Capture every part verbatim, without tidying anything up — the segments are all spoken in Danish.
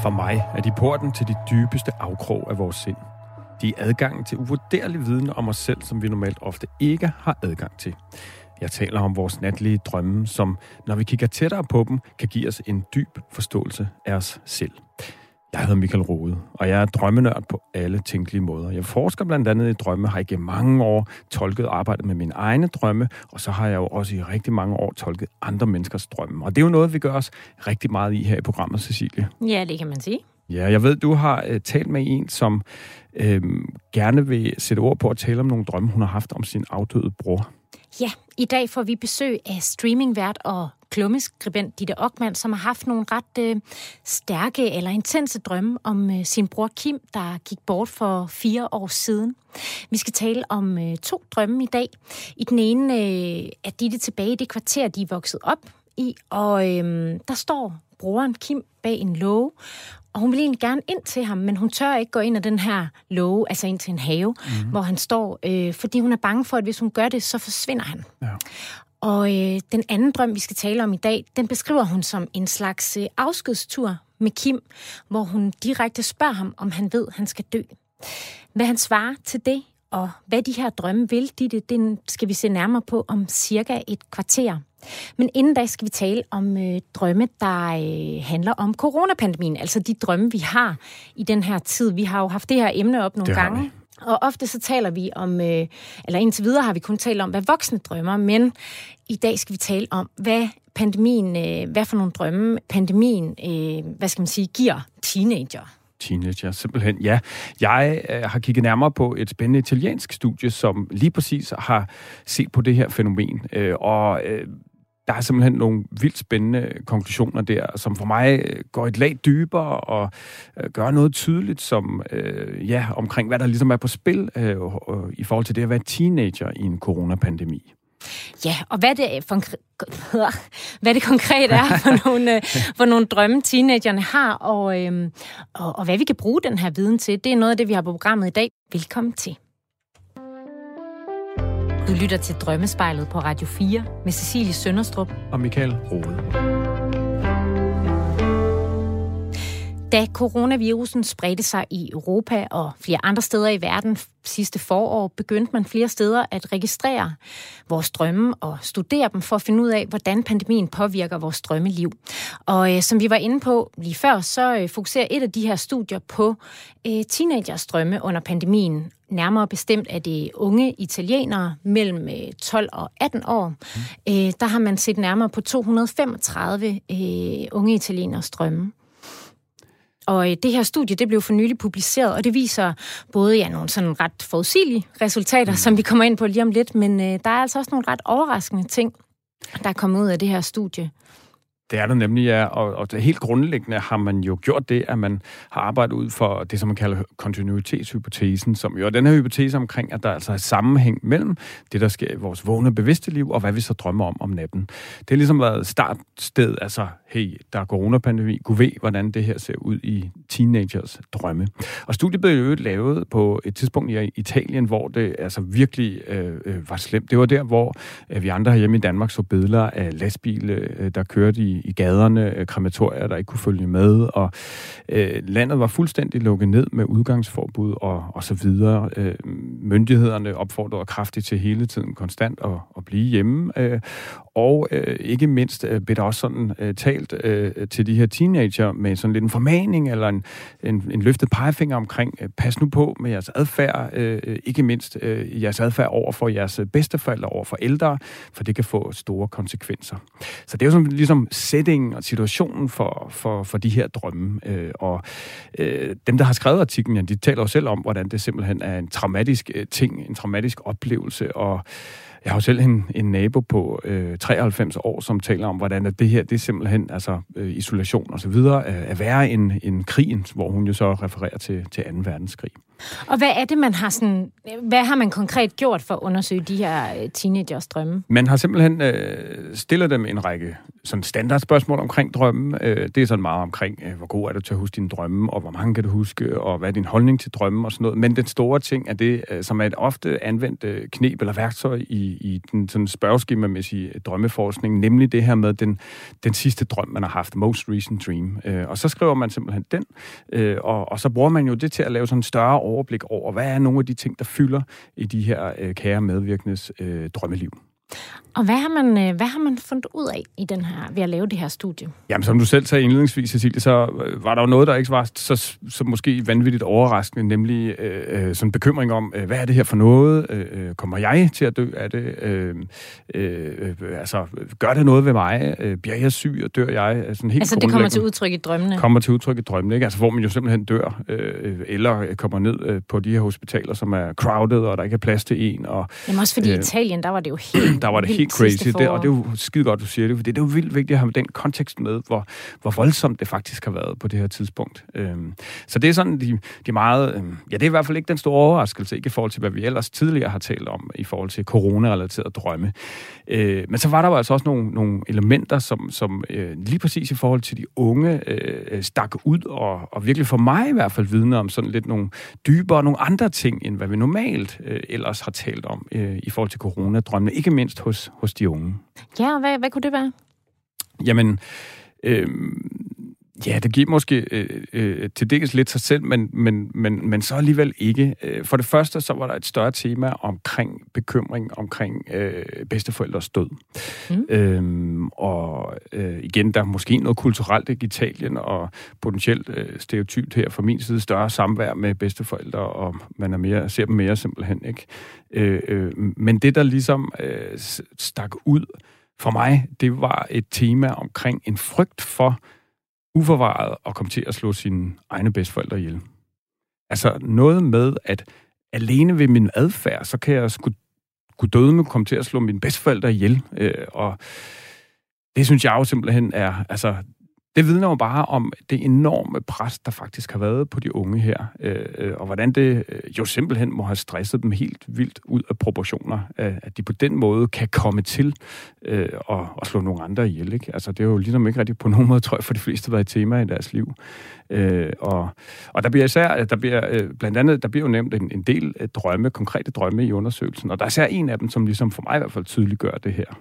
For mig er de porten til de dybeste afkrog af vores sind. De er adgangen til uvurderlig viden om os selv, som vi normalt ofte ikke har adgang til. Jeg taler om vores natlige drømme, som, når vi kigger tættere på dem, kan give os en dyb forståelse af os selv. Jeg hedder Michael Rode, og jeg er drømmenørd på alle tænkelige måder. Jeg forsker blandt andet i drømme, har igennem mange år tolket og arbejdet med mine egne drømme, og så har jeg jo også i rigtig mange år tolket andre menneskers drømme. Og det er jo noget, vi gør os rigtig meget i her i programmet, Cecilie. Ja, det kan man sige. Ja, jeg ved, du har øh, talt med en, som øh, gerne vil sætte ord på at tale om nogle drømme, hun har haft om sin afdøde bror. Ja, i dag får vi besøg af streamingvært og klummeskribent Ditte Okman, som har haft nogle ret øh, stærke eller intense drømme om øh, sin bror Kim, der gik bort for fire år siden. Vi skal tale om øh, to drømme i dag. I den ene øh, er Ditte tilbage i det kvarter, de er vokset op i, og øh, der står broren Kim bag en låge, og hun vil egentlig gerne ind til ham, men hun tør ikke gå ind ad den her låge, altså ind til en have, mm-hmm. hvor han står, øh, fordi hun er bange for, at hvis hun gør det, så forsvinder han. Ja. Og øh, den anden drøm, vi skal tale om i dag, den beskriver hun som en slags øh, afskedstur med Kim, hvor hun direkte spørger ham, om han ved, at han skal dø. Hvad han svarer til det, og hvad de her drømme vil, det, det skal vi se nærmere på om cirka et kvarter. Men inden da skal vi tale om øh, drømme, der øh, handler om coronapandemien, altså de drømme, vi har i den her tid. Vi har jo haft det her emne op nogle gange, og ofte så taler vi om, øh, eller indtil videre har vi kun talt om, hvad voksne drømmer, men i dag skal vi tale om, hvad pandemien, øh, hvad for nogle drømme pandemien, øh, hvad skal man sige, giver teenager. Teenager, simpelthen, ja. Jeg øh, har kigget nærmere på et spændende italiensk studie, som lige præcis har set på det her fænomen, øh, og øh, der er simpelthen nogle vildt spændende konklusioner der, som for mig går et lag dybere og øh, gør noget tydeligt som, øh, ja, omkring hvad der ligesom er på spil øh, og, i forhold til det at være teenager i en coronapandemi. Ja, og hvad det, for, hvad det konkret er for nogle, for nogle drømme, teenagerne har, og, øhm, og, og hvad vi kan bruge den her viden til, det er noget af det, vi har på programmet i dag. Velkommen til. Du lytter til Drømmespejlet på Radio fire med Cecilie Sønderstrup og Michael Rode. Da coronavirusen spredte sig i Europa og flere andre steder i verden sidste forår, begyndte man flere steder at registrere vores drømme og studere dem for at finde ud af, hvordan pandemien påvirker vores drømmeliv. Og øh, som vi var inde på lige før, så øh, fokuserer et af de her studier på øh, teenagers drømme under pandemien. Nærmere bestemt er det unge italienere mellem tolv og atten år. Mm. Øh, der har man set nærmere på to hundrede femogtredive øh, unge italieners drømme. Og det her studie, det blev for nylig publiceret, og det viser både ja, nogle sådan ret forudsigelige resultater, mm. som vi kommer ind på lige om lidt, men øh, der er altså også nogle ret overraskende ting, der er kommet ud af det her studie. Det er der nemlig, ja, og, og det helt grundlæggende har man jo gjort det, at man har arbejdet ud for det, som man kalder kontinuitetshypotesen, som jo er den her hypotese omkring, at der altså er sammenhæng mellem det, der sker i vores vågne bevidste liv, og hvad vi så drømmer om om natten. Det har ligesom været startsted, altså, hey, der er coronapandemi, gud ved, hvordan det her ser ud i teenagers drømme. Og studiet blev jo lavet på et tidspunkt i Italien, hvor det altså virkelig øh, var slemt. Det var der, hvor øh, vi andre herhjemme i Danmark så billeder af lastbiler, øh, der kørte i i gaderne, krematorier, der ikke kunne følge med, og øh, landet var fuldstændig lukket ned med udgangsforbud og, og så videre. Øh, myndighederne opfordrede kraftigt til hele tiden konstant at, at blive hjemme, øh, og øh, ikke mindst øh, blev der også sådan øh, talt øh, til de her teenager med sådan lidt en formaning eller en, en, en løftet pegefinger omkring, øh, pas nu på med jeres adfærd, øh, ikke mindst øh, jeres adfærd over for jeres bedsteforældre, over for ældre, for det kan få store konsekvenser. Så det er jo sådan ligesom settingen og situationen for, for, for de her drømme. Øh, og øh, dem, der har skrevet artiklen, ja, de taler jo selv om, hvordan det simpelthen er en traumatisk øh, ting, en traumatisk oplevelse, og jeg har jo selv en, en nabo på øh, treoghalvfems år, som taler om, hvordan det her, det er simpelthen, altså øh, isolation og så videre, er værre end, end krigen, hvor hun jo så refererer til, til anden verdenskrig. Og hvad er det, man har sådan... Hvad har man konkret gjort for at undersøge de her teenagers drømme? Man har simpelthen øh, stillet dem en række sådan standardspørgsmål omkring drømme. Øh, det er sådan meget omkring, øh, hvor god er du til at huske dine drømme, og hvor mange kan du huske, og hvad er din holdning til drømme og sådan noget. Men den store ting er det, øh, som er et ofte anvendt øh, knep eller værktøj i, i den sådan spørgeskemamæssige drømmeforskning, nemlig det her med den, den sidste drøm, man har haft, most recent dream. Øh, og så skriver man simpelthen den, øh, og, og så bruger man jo det til at lave sådan en større overblik over, hvad er nogle af de ting, der fylder i de her øh, kære medvirkendes øh, drømmeliv. Og hvad har man hvad har man fundet ud af i den her ved at lave det her studie? Jamen, som du selv sagde indledningsvis, Cecilie, så var der jo noget, der ikke var så, så måske vanvittigt overraskende, nemlig øh, sådan en bekymring om, øh, hvad er det her for noget? Øh, kommer jeg til at dø af det? Øh, øh, altså, gør det noget ved mig? Øh, bliver jeg syg, og dør jeg? Sådan helt altså, det kommer til udtryk i drømmene? Kommer til udtryk i drømmene, ikke? Altså, hvor man jo simpelthen dør, øh, eller kommer ned øh, på de her hospitaler, som er crowded, og der ikke er plads til en. Og, Jamen også fordi øh, i Italien, der var det jo helt der var det helt crazy, det, og det er jo skide godt, du siger det, for det er jo vildt vigtigt at have den kontekst med, hvor, hvor voldsomt det faktisk har været på det her tidspunkt. Øhm, så det er sådan, de, de meget, øhm, ja, det er i hvert fald ikke den store overraskelse, ikke i forhold til, hvad vi ellers tidligere har talt om, i forhold til corona-relaterede drømme. Øh, men så var der jo altså også nogle, nogle elementer, som, som øh, lige præcis i forhold til de unge øh, stak ud, og, og virkelig for mig i hvert fald vidner om sådan lidt nogle dybere, nogle andre ting, end hvad vi normalt øh, ellers har talt om øh, i forhold til corona-drømmene, ikke mindst hos, hos de unge. Ja, og hvad, hvad kunne det være? Jamen, øh, ja, det giver måske øh, øh, til dels lidt sig selv, men, men, men, men så alligevel ikke. For det første, så var der et større tema omkring bekymring omkring øh, bedsteforældres død. Mm. Øhm, og øh, igen, der er måske noget kulturelt i Italien, og potentielt øh, stereotypt her fra min side, større samvær med bedsteforældre, og man er mere, ser dem mere simpelthen, ikke? Øh, øh, men det, der ligesom øh, stak ud for mig, det var et tema omkring en frygt for uforvaret at komme til at slå sine egne bedsteforældre ihjel. Altså noget med, at alene ved min adfærd, så kan jeg sgu, sgu døde med komme til at slå mine bedsteforældre ihjel. Øh, og det synes jeg jo simpelthen er, altså, det vidner jo bare om det enorme pres, der faktisk har været på de unge her, øh, og hvordan det jo simpelthen må have stresset dem helt vildt ud af proportioner, at de på den måde kan komme til øh, og, og slå nogle andre ihjel, ikke? Altså, det er jo ligesom ikke rigtig på nogen måde, tror jeg, for de fleste været et tema i deres liv. Øh, og, og der bliver især, der bliver øh, blandt andet, der bliver jo nævnt en, en del drømme, konkrete drømme i undersøgelsen, og der er især en af dem, som ligesom for mig i hvert fald tydeliggør det her.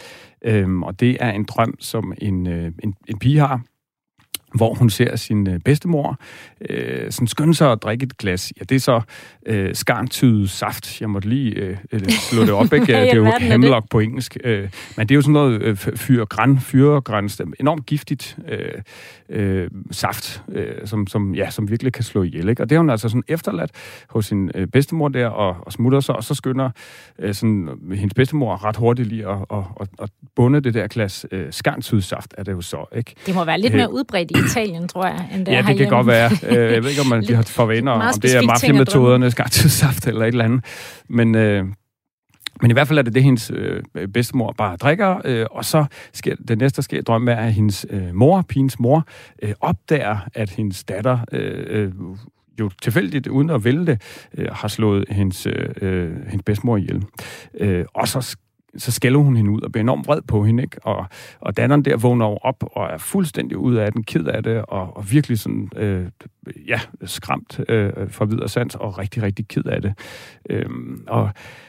Øhm, og det er en drøm, som en, øh, en, en pige har, hvor hun ser sin øh, bedstemor øh, sådan skynde sig at drikke et glas. Ja, det er så øh, skarntydet saft. Jeg måtte lige øh, slå det op, ikke? Det er jo hemlock på engelsk. Øh, men det er jo sådan noget øh, fyrgræn, fyrgræn, enormt giftigt øh, øh, saft, øh, som, som, ja, som virkelig kan slå ihjel, ikke? Og det er hun altså sådan efterladt hos sin øh, bedstemor der, og, og smutter sig, og så skynder øh, sådan, hendes bedstemor ret hurtigt lige at, at, at, at bunde det der glas øh, skarntydet saft, er det jo så, ikke? Det må være lidt mere udbredt i Italien, tror jeg, end det ja, det herhjemme. kan godt være. Jeg ved ikke, om man de har forvener, om det er mafia-metoderne, skarntydssaft eller et eller andet. Men, øh, men i hvert fald er det det, hendes øh, bedstemor bare drikker, øh, og så sker det næste, der sker i drømmen, er, at hendes øh, mor, pigens mor, øh, opdager, at hendes datter øh, jo tilfældigt, uden at vælge det, øh, har slået hendes, øh, hendes bedstemor ihjel. Øh, og så så skælder hun hende ud og bliver enormt vred på hende, ikke? Og, og datteren der vågner jo op og er fuldstændig ud af den, ked af det, og, og virkelig sådan, øh, ja, skræmt øh, fra vid og sans, og rigtig, rigtig ked af det. Øhm, og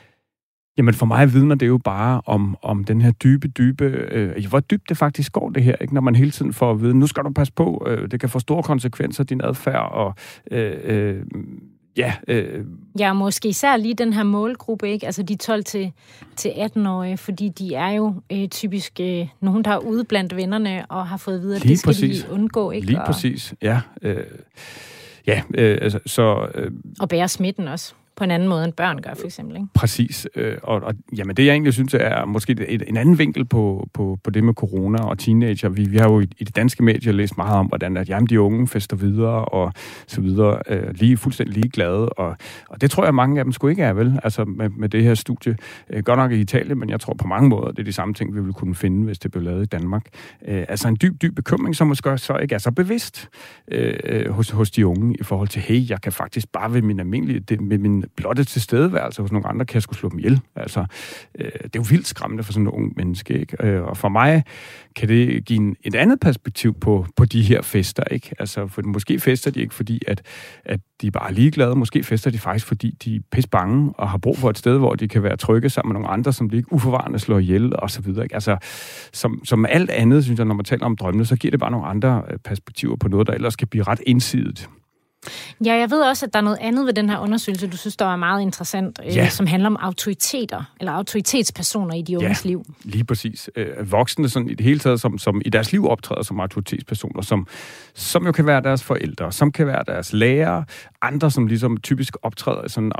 jamen for mig vidner det jo bare om, om den her dybe, dybe, øh, hvor dybt det faktisk går det her, ikke? Når man hele tiden får at vide, nu skal du passe på, øh, det kan få store konsekvenser, din adfærd, og øh, øh, Ja, øh... ja, måske især lige den her målgruppe, ikke? Altså de tolv til atten-årige, fordi de er jo øh, typisk øh, nogen, der er ude blandt vennerne og har fået at vide, at det skal præcis. de undgå, ikke? Lige og... præcis, ja. Øh, ja, øh, altså, så... Øh... Og bære smitten også. på en anden måde, end børn gør, for eksempel. Ikke? Præcis. Øh, og, og jamen, det jeg egentlig synes er måske et, en anden vinkel på, på, på det med corona og teenager. Vi, vi har jo i, i det danske medie læst meget om, hvordan at, jamen, de unge fester videre og så videre, øh, lige fuldstændig ligeglade. Og, og det tror jeg, mange af dem sgu ikke er, vel? Altså med, med det her studie. Øh, godt nok i Italien, men jeg tror på mange måder, det er de samme ting, vi ville kunne finde, hvis det blev lavet i Danmark. Øh, altså en dyb, dyb bekymring, som måske så ikke er så bevidst øh, hos, hos de unge i forhold til, hey, jeg kan faktisk bare ved min almindelige, det, med min blotte tilstedeværelse hos nogle andre, kan jeg skulle slå dem ihjel. Altså, øh, det er jo vildt skræmmende for sådan en ung menneske, ikke? Øh, og for mig kan det give en, et andet perspektiv på, på de her fester, ikke? Altså, for måske fester de ikke, fordi at, at de bare er ligeglade. Måske fester de faktisk, fordi de er pisse bange og har brug for et sted, hvor de kan være trygge sammen med nogle andre, som de ikke uforvarende slår ihjel, og så videre, ikke? Altså, som, som alt andet, synes jeg, når man taler om drømmene, så giver det bare nogle andre perspektiver på noget, der ellers kan blive ret ensidigt. Ja, jeg ved også, at der er noget andet ved den her undersøgelse, du synes, der er meget interessant, ja. øh, som handler om autoriteter, eller autoritetspersoner i de unges ja, liv. Lige præcis. Øh, voksne sådan i det hele taget, som, som i deres liv optræder som autoritetspersoner, som, som jo kan være deres forældre, som kan være deres lærere, andre, som ligesom typisk optræder i sådan en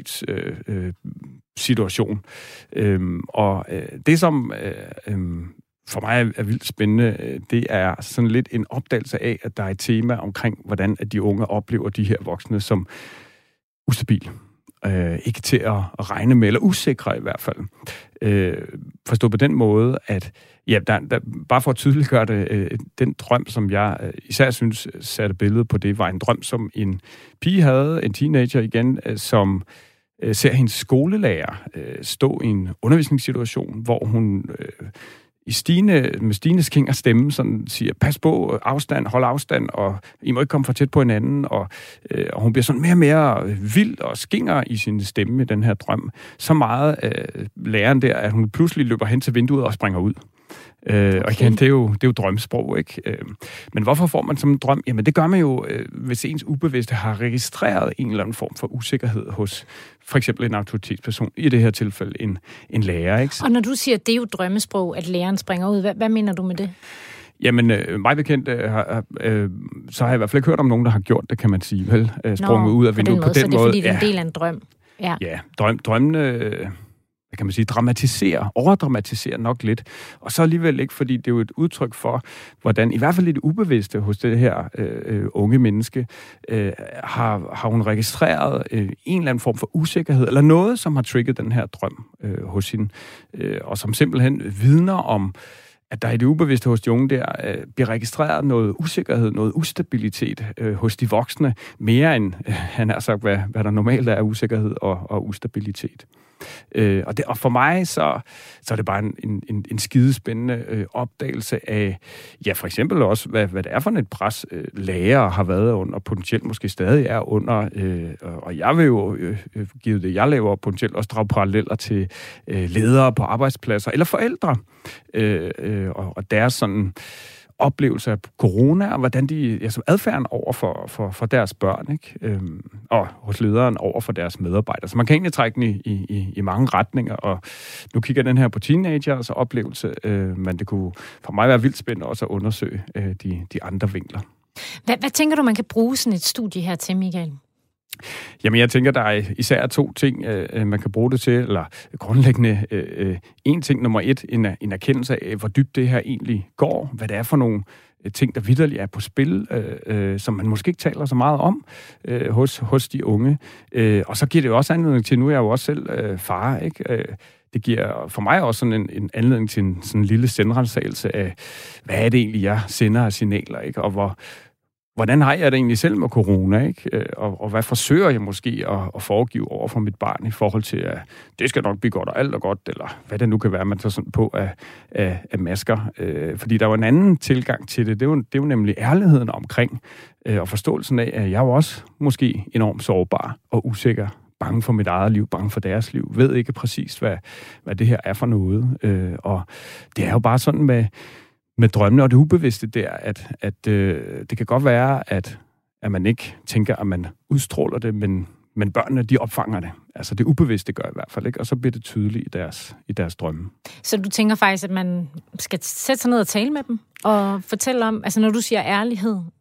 autoritetssituation. Øh, øh, og øh, det, som... Øh, øh, for mig er vildt spændende, det er sådan lidt en opdagelse af, at der er et tema omkring, hvordan at de unge oplever de her voksne som ustabile. Øh, ikke til at regne med, eller usikre i hvert fald. Øh, forstå på den måde, at ja, der, der, bare for at tydeliggøre det, øh, den drøm, som jeg øh, især synes satte billedet på det, var en drøm, som en pige havde, en teenager igen, øh, som øh, ser hendes skolelærer øh, stå i en undervisningssituation, hvor hun... Øh, i stigende, med stigende skæng og stemme, sådan siger, pas på, afstand, hold afstand, og I må ikke komme for tæt på hinanden, og, øh, og hun bliver sådan mere og mere vild og skinger i sin stemme i den her drøm. Så meget øh, læreren der, at hun pludselig løber hen til vinduet og springer ud. Øh, okay. Og igen, det er jo, det er jo drømsprog, ikke? Øh, men hvorfor får man sådan en drøm? Jamen, det gør man jo, øh, hvis ens ubevidste har registreret en eller anden form for usikkerhed hos for eksempel en autoritetsperson, i det her tilfælde en, en lærer, ikke? Og når du siger, at det er jo drømmesprog, at læreren springer ud, hvad, hvad mener du med det? Jamen, øh, mig bekendt, øh, øh, så har jeg i hvert fald ikke hørt om nogen, der har gjort det, kan man sige, vel? Øh, sprunget Nå, ud af vinduet på den måde. Så det er, fordi det er ja, en del af en drøm? Ja, ja drøm, drømmene... Øh, hvad kan man sige, dramatisere, overdramatisere nok lidt. Og så alligevel ikke, fordi det er jo et udtryk for, hvordan i hvert fald lidt ubevidste hos det her øh, unge menneske, øh, har, har hun registreret øh, en eller anden form for usikkerhed, eller noget, som har trigget den her drøm øh, hos hende, øh, og som simpelthen vidner om, at der i det ubevidste hos de unge der øh, bliver registreret noget usikkerhed, noget ustabilitet øh, hos de voksne, mere end, øh, han har sagt, hvad, hvad der normalt er usikkerhed og, og ustabilitet. Øh, og, det, og for mig, så, så er det bare en, en, en skidespændende øh, opdagelse af, ja, for eksempel også, hvad, hvad det er for et pres, øh, lærere har været under, og potentielt måske stadig er under, øh, og jeg vil jo, øh, givet det, jeg laver, potentielt også drage paralleller til øh, ledere på arbejdspladser, eller forældre, øh, øh, og, og deres sådan oplevelse af corona, og hvordan de, altså adfærden over for, for, for deres børn, ikke? Øhm, og hos lederen over for deres medarbejdere. Så man kan egentlig trække den i, i, i mange retninger, og nu kigger den her på teenagers oplevelse, øh, men det kunne for mig være vildt spændende også at undersøge øh, de, de andre vinkler. Hvad, hvad tænker du, man kan bruge sådan et studie her til, Michael? Jamen, jeg tænker, der er især to ting, øh, man kan bruge det til, eller grundlæggende øh, en ting, nummer et, en, en erkendelse af, hvor dybt det her egentlig går, hvad det er for nogle ting, der vitterligt er på spil, øh, øh, som man måske ikke taler så meget om øh, hos, hos de unge. Øh, og så giver det jo også anledning til, nu er jeg jo også selv øh, far, ikke? Øh, det giver for mig også sådan en, en anledning til en sådan en lille sendransagelse af, hvad er det egentlig, jeg sender af signaler, ikke? Og hvor hvordan har jeg det egentlig selv med corona, ikke? Og, og hvad forsøger jeg måske at, at foregive over for mit barn i forhold til, at det skal nok blive godt og alt er godt, eller hvad det nu kan være, man tager sådan på af, af, af masker. Øh, fordi der var en anden tilgang til det. Det er jo, det er jo nemlig ærligheden omkring øh, og forståelsen af, at jeg er jo også måske enormt sårbar og usikker, bange for mit eget liv, bange for deres liv, ved ikke præcis, hvad, hvad det her er for noget. Øh, og det er jo bare sådan med med drømmene og det ubevidste der, at, at øh, det kan godt være, at, at man ikke tænker, at man udstråler det, men, men børnene, de opfanger det. Altså det ubevidste gør i hvert fald, ikke? Og så bliver det tydeligt i deres, i deres drømme. Så du tænker faktisk, at man skal sætte sig ned og tale med dem, og fortælle om, altså når du siger ærlighed, øh,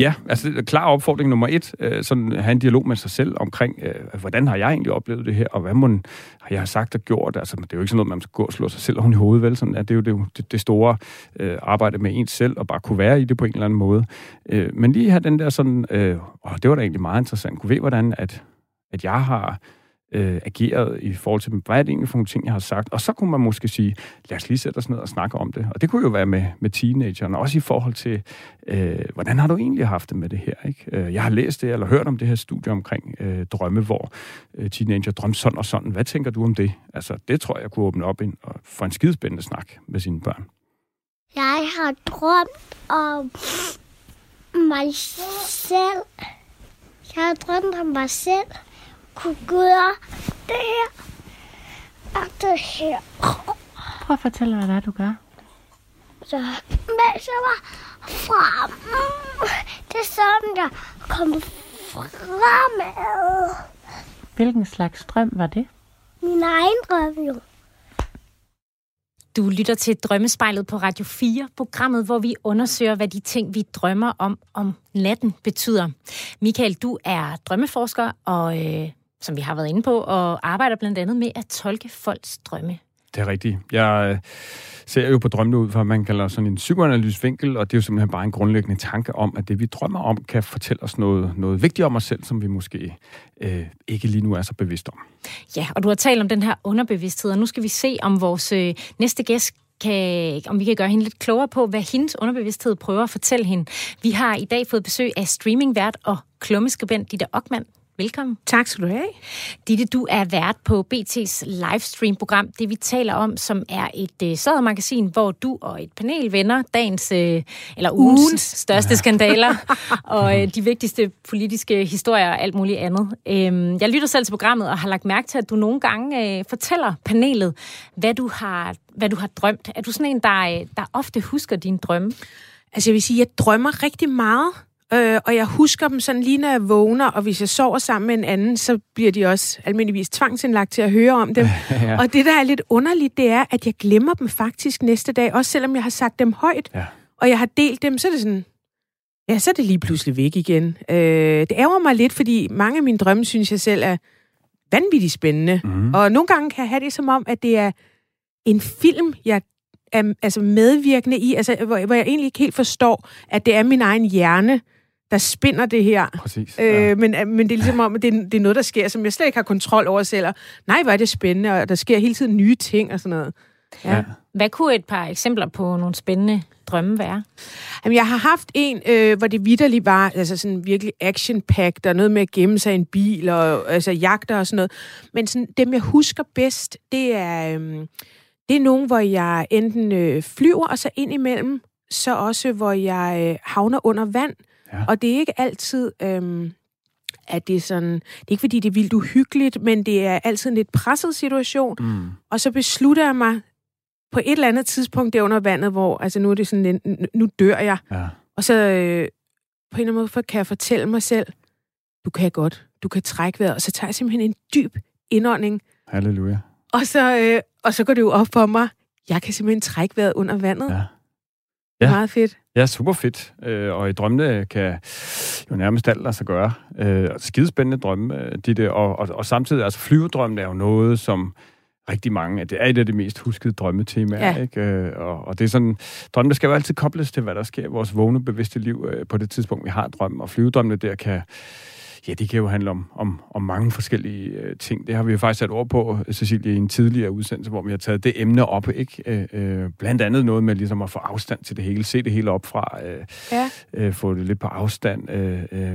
Ja, altså klar opfordring nummer et, øh, sådan have en dialog med sig selv omkring, øh, hvordan har jeg egentlig oplevet det her, og hvad må har jeg sagt og gjort. Altså, det er jo ikke sådan noget, man skal gå og slå sig selv oven i hovedet, vel? Sådan, at det er jo det, det store øh, arbejde med ens selv, og bare kunne være i det på en eller anden måde. Øh, men lige have den der sådan, øh, åh, det var da egentlig meget interessant. Kunne ved, hvordan at, at jeg har øh, ageret i forhold til, hvad er det egentlig for nogle ting, jeg har sagt. Og så kunne man måske sige, lad os lige sætte os ned og snakke om det. Og det kunne jo være med, med teenagerne, også i forhold til, øh, hvordan har du egentlig haft det med det her? Ikke? Øh, jeg har læst det, eller hørt om det her studie omkring øh, drømme, hvor øh, teenager drømmer sådan og sådan. Hvad tænker du om det? Altså, det tror jeg kunne åbne op ind og få en skidespændende snak med sine børn. Jeg har drømt om mig selv. Jeg har drømt om mig selv. Kunne gøre det her og det her. Prøv at fortælle mig, hvad du gør. Så mens jeg var frem, det er sådan, jeg kom fremad. Hvilken slags drøm var det? Min egen drøm jo. Du lytter til Drømmespejlet på Radio fire, programmet, hvor vi undersøger, hvad de ting, vi drømmer om om natten, betyder. Michael, du er drømmeforsker, og øh, som vi har været inde på, og arbejder blandt andet med at tolke folks drømme. Det er rigtigt. Jeg øh, ser jo på drømmene ud fra, man kalder sådan en psykoanalytisk vinkel, og det er jo simpelthen bare en grundlæggende tanke om, at det, vi drømmer om, kan fortælle os noget, noget vigtigt om os selv, som vi måske øh, ikke lige nu er så bevidste om. Ja, og du har talt om den her underbevidsthed, og nu skal vi se, om vores øh, næste gæst kan, om vi kan gøre hende lidt klogere på, hvad hendes underbevidsthed prøver at fortælle hende. Vi har i dag fået besøg af streamingvært og klummeskribent Ditte Okman. Velkommen. Tak skal du have. Ditte, du er vært på B T's livestream-program, det vi taler om, som er et øh, saddermagasin, hvor du og et panel vender dagens, øh, eller ugens, ugens største skandaler, og øh, de vigtigste politiske historier og alt muligt andet. Øhm, jeg lytter selv til programmet og har lagt mærke til, at du nogle gange øh, fortæller panelet, hvad du, har, hvad du har drømt. Er du sådan en, der, der ofte husker dine drømme? Altså jeg vil sige, at jeg drømmer rigtig meget. Øh, og jeg husker dem sådan lige, når jeg vågner, og hvis jeg sover sammen med en anden, så bliver de også almindeligvis tvangsindlagt til at høre om dem. Ja. Og det, der er lidt underligt, det er, at jeg glemmer dem faktisk næste dag, også selvom jeg har sagt dem højt, ja. Og jeg har delt dem, så er det sådan, ja, så er det lige pludselig væk igen. Øh, det ærger mig lidt, fordi mange af mine drømme, synes jeg selv, er vanvittigt spændende. Mm. Og nogle gange kan jeg have det som om, at det er en film, jeg er altså medvirkende i, altså, hvor, hvor jeg egentlig ikke helt forstår, at det er min egen hjerne, der spinder det her. Præcis, ja. øh, men, men det er ligesom om, at det er, det er noget, der sker, som jeg slet ikke har kontrol over selv. Og, nej, hvor er det spændende, og der sker hele tiden nye ting og sådan noget. Ja. Ja. Hvad kunne et par eksempler på nogle spændende drømme være? Jamen, jeg har haft en, øh, hvor det vitterligt var altså sådan virkelig action-packed, og noget med at gemme sig i en bil, og altså jagter og sådan noget. Men sådan, dem, jeg husker bedst, det er, øh, det er nogen, hvor jeg enten øh, flyver, og så ind imellem, så også, hvor jeg øh, havner under vand. Ja. Og det er ikke altid, øhm, at det er sådan, det er ikke fordi, det er vildt uhyggeligt, men det er altid en lidt presset situation. Mm. Og så beslutter jeg mig på et eller andet tidspunkt der under vandet, hvor altså nu er det sådan, nu dør jeg. Ja. Og så øh, på en eller anden måde kan jeg fortælle mig selv, du kan godt, du kan trække vejret. Og så tager jeg simpelthen en dyb indånding. Halleluja. Og så, øh, og så går det jo op for mig, jeg kan simpelthen trække vejret under vandet. Ja. Ja. Meget fedt. Ja, super fedt. Øh, og i drømmene kan jo nærmest alt lade sig gøre. Øh, skidespændende drømme, de det, og, og, og samtidig, altså flyvedrømmen er jo noget, som rigtig mange, det er et af de mest huskede drømmetemaer, ja. Ikke? Øh, og, og det er sådan, drømmene skal jo altid kobles til, hvad der sker i vores vågne, bevidste liv øh, på det tidspunkt, vi har drømme, og flyvedrømmene der kan, ja, det kan jo handle om, om, om mange forskellige øh, ting. Det har vi jo faktisk sat ord på, Cecilie, i en tidligere udsendelse, hvor vi har taget det emne op, ikke? Øh, blandt andet noget med ligesom at få afstand til det hele, se det hele op fra, øh, ja. øh, få det lidt på afstand, øh, øh,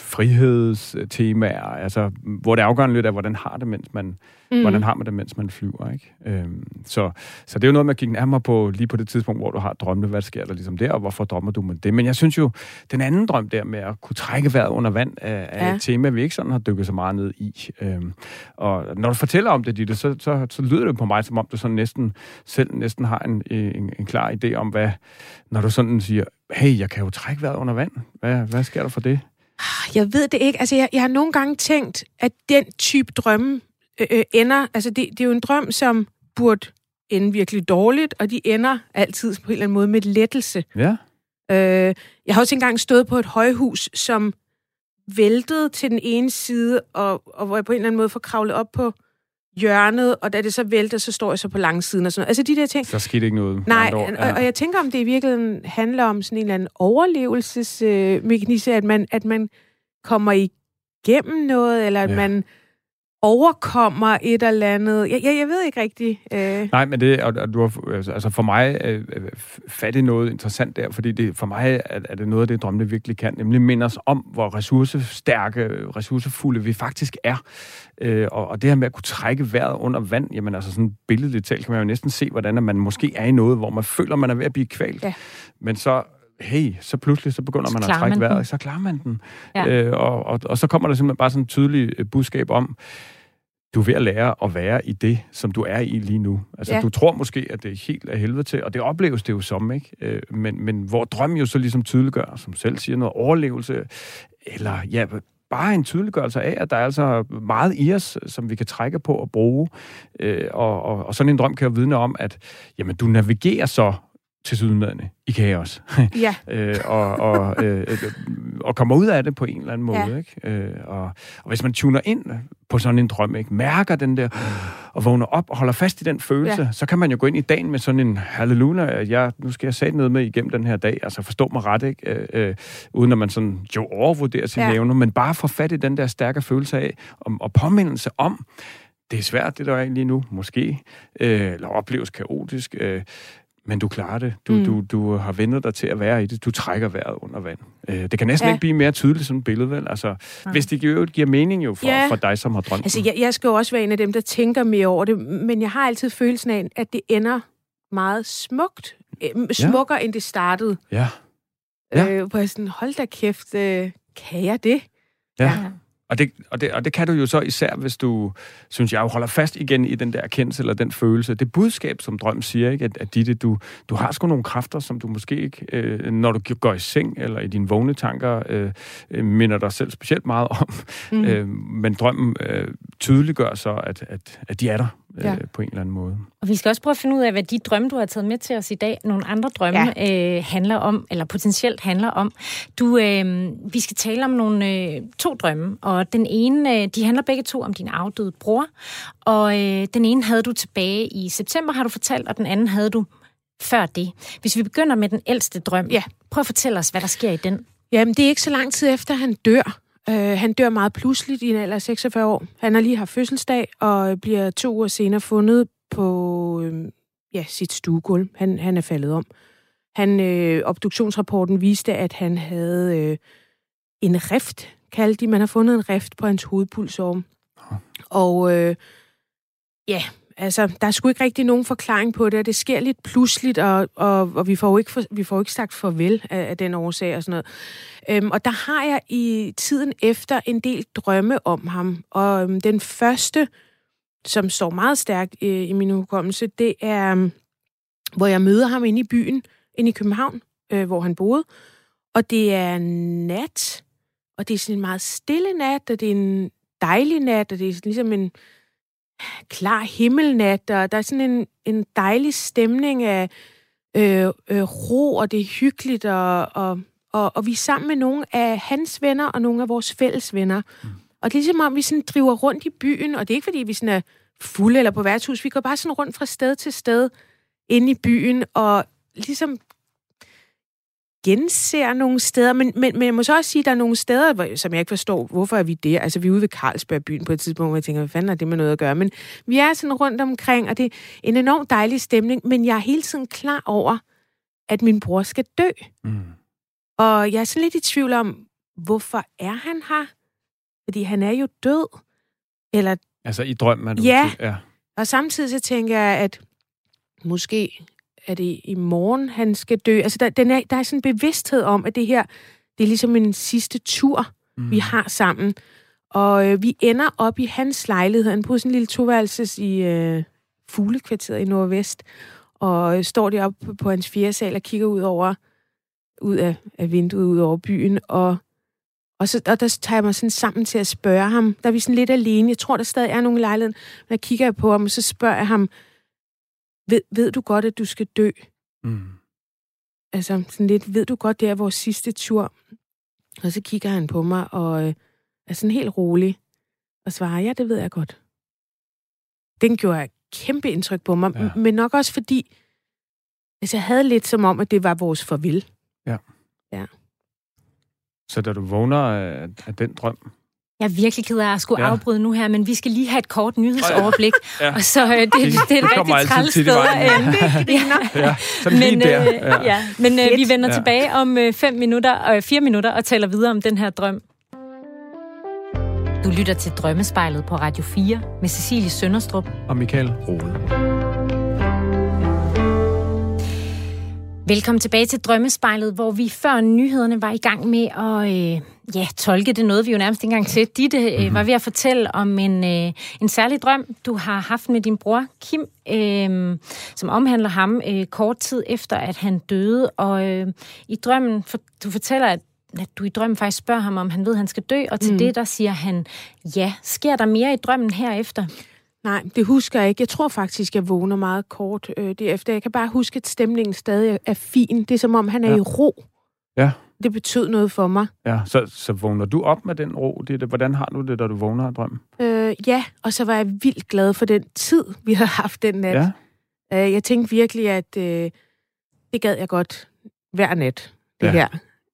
frihedstemaer, altså, hvor det afgørende lidt er, hvordan har det, mens man, mm. hvordan har man det, mens man flyver, ikke? Øh, så, så det er jo noget, man kigger nærmere på lige på det tidspunkt, hvor du har drømmene, hvad sker der ligesom der, og hvorfor drømmer du med det? Men jeg synes jo, den anden drøm der med at kunne trække vejret under vand, er ja. et tema, vi ikke sådan har dykket så meget ned i. Øhm, og når du fortæller om det, Ditte, så, så, så lyder det på mig, som om du sådan næsten selv næsten har en, en, en klar idé om, hvad, når du sådan siger, hey, jeg kan jo trække vejret under vand. Hvad, hvad sker der for det? Jeg ved det ikke. Altså, jeg, jeg har nogle gange tænkt, at den type drømme øh, ender, altså det, det er jo en drøm, som burde ende virkelig dårligt, og de ender altid på en eller anden måde med lettelse. Ja. Øh, jeg har også engang stået på et højhus, som væltede til den ene side, og, og hvor jeg på en eller anden måde får kravlet op på hjørnet, og da det så vælter, så står jeg så på langsiden og sådan noget. Altså de der ting. Så skete ikke noget. Nej, og, ja. og jeg tænker, om det i virkeligheden handler om sådan en eller anden overlevelsesmekanisme, øh, at, man, at man kommer igennem noget, eller at ja. man overkommer et eller andet. Jeg, jeg, jeg ved ikke rigtigt. Øh. Nej, men det, og, og du har, altså for mig øh, fat i noget interessant der, fordi det, for mig er, er det noget af det, drømmene virkelig kan, nemlig minde os om, hvor ressourcestærke, ressourcefulde vi faktisk er. Øh, og, og det her med at kunne trække vejret under vand, jamen altså sådan billedligt talt, kan man jo næsten se, hvordan man måske er i noget, hvor man føler, man er ved at blive kvalt. Ja. Men så hey, så pludselig så begynder man at trække vejret, og så klarer man den. Ja. Øh, og, og, og så kommer der simpelthen bare sådan en tydelig budskab om, du er ved at lære at være i det, som du er i lige nu. Altså, ja. Du tror måske, at det er helt af helvede til, og det opleves det jo som, ikke? Øh, men, men hvor drømmen jo så ligesom tydeliggør, som selv siger, noget overlevelse, eller ja, bare en tydeliggørelse af, at der er altså meget i os, som vi kan trække på og bruge. Øh, og, og, og sådan en drøm kan jo vidne om, at jamen, du navigerer så til sydenlandene i kaos. Ja. øh, og, og, øh, og kommer ud af det på en eller anden måde. Ja. Ikke? Øh, og, og hvis man tuner ind på sådan en drøm, ikke? Mærker den der, og vågner op og holder fast i den følelse, ja. Så kan man jo gå ind i dagen med sådan en halleluja, jeg, nu skal jeg sætte noget med igennem den her dag, altså forstå mig ret, ikke? Øh, øh, uden at man sådan jo overvurderer sine ja. evner, men bare få fat i den der stærke følelse af, og, og påmindelse om, det er svært, det der er lige nu, måske, øh, eller opleves kaotisk, øh, men du klarer det. Du, mm. du, du har vendt dig til at være i det. Du trækker vejret under vand. Øh, det kan næsten ja. ikke blive mere tydeligt sådan et billede, vel? Altså, ja. Hvis det giver, giver mening jo for, ja. for dig, som har drømt. Altså, jeg, jeg skal jo også være en af dem, der tænker mere over det, men jeg har altid følelsen af, at det ender meget smukt. Smukkere, ja. end det startede. Ja. ja. Øh, på sådan, hold da kæft, øh, kan jeg det? Ja. ja. Og det, og, det, og det kan du jo så især, hvis du, synes jeg, holder fast igen i den der erkendelse eller den følelse. Det budskab, som drøm siger, ikke? At, at Ditte, du, du har sgu nogle kræfter, som du måske ikke, øh, når du går i seng eller i dine vågne tanker, øh, øh, minder dig selv specielt meget om. Mm. Øh, men drømmen øh, tydeliggør så, at, at, at de er der. Ja. På en eller anden måde. Og vi skal også prøve at finde ud af, hvad de drømme, du har taget med til os i dag, nogle andre drømme ja. øh, handler om, eller potentielt handler om. Du, øh, vi skal tale om nogle øh, to drømme, og den ene, øh, de handler begge to om din afdøde bror, og øh, den ene havde du tilbage i september, har du fortalt, og den anden havde du før det. Hvis vi begynder med den ældste drøm, ja. prøv at fortælle os, hvad der sker i den. Jamen, det er ikke så lang tid efter, han dør. Uh, han dør meget pludseligt i en alder af seksogfyrre år. Han har lige haft fødselsdag, og bliver to uger senere fundet på øh, ja, sit stuegulv. Han, han er faldet om. Han, øh, obduktionsrapporten viste, at han havde øh, en rift, kaldte de. Man har fundet en rift på hans hovedpulsåre. Ja. Og øh, ja, altså, der er sgu ikke rigtig nogen forklaring på det, og det sker lidt pludseligt, og, og, og vi får jo ikke, for, vi får ikke sagt farvel af, af den årsag og sådan noget. Øhm, og der har jeg i tiden efter en del drømme om ham, og øhm, den første, som står meget stærkt øh, i min hukommelse, det er, øh, hvor jeg møder ham inde i byen, inde i København, øh, hvor han boede, og det er nat, og det er sådan en meget stille nat, og det er en dejlig nat, og det er ligesom en klar himmelnat, og der er sådan en, en dejlig stemning af øh, øh, ro, og det er hyggeligt, og, og, og, og vi er sammen med nogle af hans venner, og nogle af vores fælles venner. Mm. Og det er ligesom om, vi sådan driver rundt i byen, og det er ikke, fordi vi sådan er fulde eller på værtshus, vi går bare sådan rundt fra sted til sted inde i byen, og ligesom genser nogle steder, men, men, men jeg må så også sige, at der er nogle steder, hvor, som jeg ikke forstår, hvorfor er vi der? Altså, vi er ude ved Carlsbergbyen på et tidspunkt, hvor jeg tænker, hvad fanden har det med noget at gøre? Men vi er sådan rundt omkring, og det er en enormt dejlig stemning, men jeg er hele tiden klar over, at min bror skal dø. Mm. Og jeg er sådan lidt i tvivl om, hvorfor er han her? Fordi han er jo død. Eller... Altså i drømmen er du ja. ja, og samtidig så tænker jeg, at måske er det i morgen, han skal dø. Altså, der, den er, der er sådan en bevidsthed om, at det her, det er ligesom en sidste tur, mm. vi har sammen. Og øh, vi ender op i hans lejlighed. Han boede sådan en lille toværelses i øh, Fuglekvarteret i Nordvest, og øh, står deroppe på, på hans fjerde sal og kigger ud over ud af, af vinduet, ud over byen, og, og, så, og der tager jeg mig sådan sammen til at spørge ham. Der er vi sådan lidt alene. Jeg tror, der stadig er nogen i lejligheden. Men der kigger jeg på ham, og så spørger jeg ham, Ved, ved du godt, at du skal dø? Mm. altså sådan lidt, ved du godt, det er vores sidste tur? Og så kigger han på mig og øh, er sådan helt rolig og svarer, ja, det ved jeg godt. Den gjorde et kæmpe indtryk på mig, ja. Men nok også fordi, altså jeg havde lidt som om, at det var vores farvel. Ja. Ja. Så da du vågner af, af den drøm... Jeg er virkelig ked af at skulle ja. afbryde nu her, men vi skal lige have et kort nyhedsoverblik. ja. Og så øh, det, det, det er et rigtig træls sted. Ja, sådan lige men, der. Øh, ja. Ja. Men øh, vi vender ja. tilbage om øh, fem minutter, øh, fire minutter og taler videre om den her drøm. Du lytter til Drømmespejlet på Radio fire med Cecilie Sønderstrup og Michael Rode. Velkommen tilbage til Drømmespejlet, hvor vi før nyhederne var i gang med at øh, ja, tolke det noget, vi jo nærmest ikke engang til. Ditte øh, mm-hmm. var ved at fortælle om en, øh, en særlig drøm, du har haft med din bror Kim, øh, som omhandler ham øh, kort tid efter, at han døde. Og øh, i drømmen, for, du fortæller, at at du i drømmen faktisk spørger ham, om han ved, at han skal dø, og til mm. det, der siger han, ja, sker der mere i drømmen herefter? Nej, det husker jeg ikke. Jeg tror faktisk, jeg vågner meget kort øh, derefter. Jeg kan bare huske, at stemningen stadig er fin. Det er som om, han er ja. i ro. Ja. Det betød noget for mig. Ja, så, så vågner du op med den ro? Det, det, hvordan har du det, da du vågner af drømmen? Øh, ja, og så var jeg vildt glad for den tid, vi havde haft den nat. Ja. Øh, jeg tænkte virkelig, at øh, det gad jeg godt hver nat, det ja. her.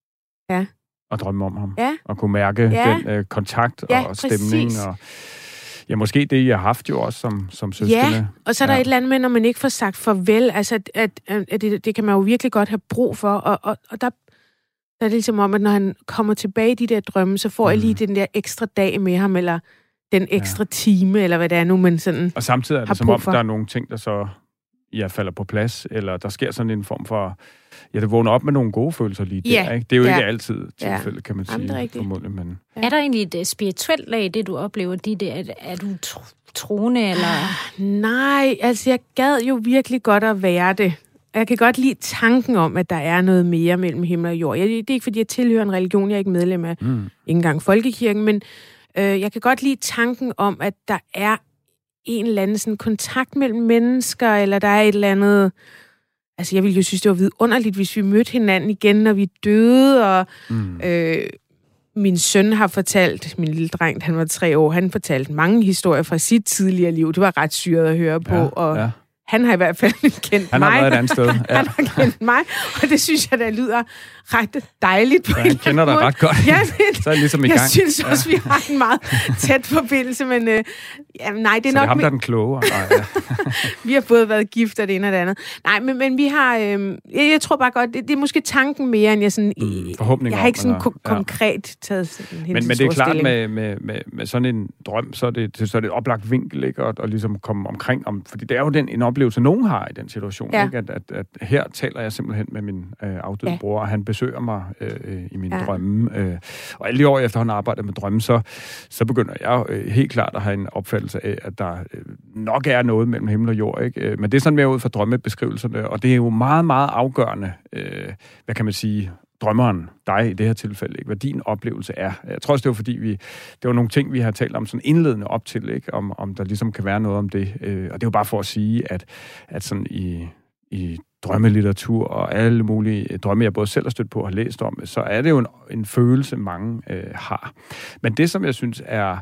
Ja. Og drømme om ham. Ja. Og kunne mærke ja. den øh, kontakt ja, og stemning. Og, ja, måske det, I har haft jo også som, som søskende. Ja, og så er der ja. et eller andet med, når man ikke får sagt farvel. Altså, at, at, at det, det kan man jo virkelig godt have brug for. Og, og, og der, der er det ligesom om, at når han kommer tilbage i de der drømme, så får mm. jeg lige den der ekstra dag med ham, eller den ekstra ja. time, eller hvad det er nu, man sådan og samtidig er det som om, for. der er nogle ting, der så ja, falder på plads, eller der sker sådan en form for... Ja, det vågner op med nogle gode følelser lige der, ja, ikke? Det er jo ja. ikke altid tilfældet, ja. kan man sige. Jamen, formodentlig, men... ja. Er der egentlig et uh, spirituelt lag, det du oplever? De der, er, er du tro- troende, eller...? Ah, nej, altså jeg gad jo virkelig godt at være det. Jeg kan godt lide tanken om, at der er noget mere mellem himmel og jord. Jeg, det er ikke, fordi jeg tilhører en religion, jeg er ikke medlem af, mm. ikke engang folkekirken, men øh, jeg kan godt lide tanken om, at der er en eller anden sådan, kontakt mellem mennesker, eller der er et eller andet... Altså, jeg ville jo synes, det var vidunderligt, hvis vi mødte hinanden igen, når vi døde, og mm. øh, min søn har fortalt, min lille dreng, han var tre år, han fortalte mange historier fra sit tidligere liv. Det var ret syret at høre på, ja, og ja. han har i hvert fald kendt han mig. Han har været et andet sted. Ja. Han har kendt mig, og det synes jeg, der lyder ret dejligt på ja, han kender dig ret godt. Ja, men, så er det ligesom i jeg gang. Jeg synes også, ja. vi har en meget tæt forbindelse, men øh, ja, nej, det er så nok... det er ham, der er den kloge. Nej, ja. Vi har både været gift og det ene og det andet. Nej, men, men vi har... Øh, jeg, jeg tror bare godt, det, det er måske tanken mere, end jeg sådan... Mm, forhåbning jeg har ikke sådan om, ko- konkret ja. taget sådan en Men, men det er klart, med, med, med, med sådan en drøm, så er det, så er det et oplagt vinkel, ikke? Og, og ligesom komme omkring om... Fordi det er jo den, en oplevelse, nogen har i den situation, ja. ikke? At, at, at her taler jeg simpelthen med min øh, afdøde ja. bror, og han besøger mig øh, i mine ja. drømme. Øh, og alle de år efter, han arbejder med drømme, så, så begynder jeg øh, helt klart at have en opfattelse af, at der øh, nok er noget mellem himmel og jord, ikke? Men det er sådan mere ud fra drømmebeskrivelserne, og det er jo meget, meget afgørende, øh, hvad kan man sige, drømmeren, dig i det her tilfælde, ikke? Hvad din oplevelse er. Jeg tror også, det var fordi, vi, det var nogle ting, vi har talt om sådan indledende op til, ikke? Om, om der ligesom kan være noget om det. Øh, og det er jo bare for at sige, at, at sådan i, i drømmelitteratur og alle mulige drømme, jeg både selv har stødt på og har læst om, så er det jo en, en følelse, mange øh, har. Men det, som jeg synes er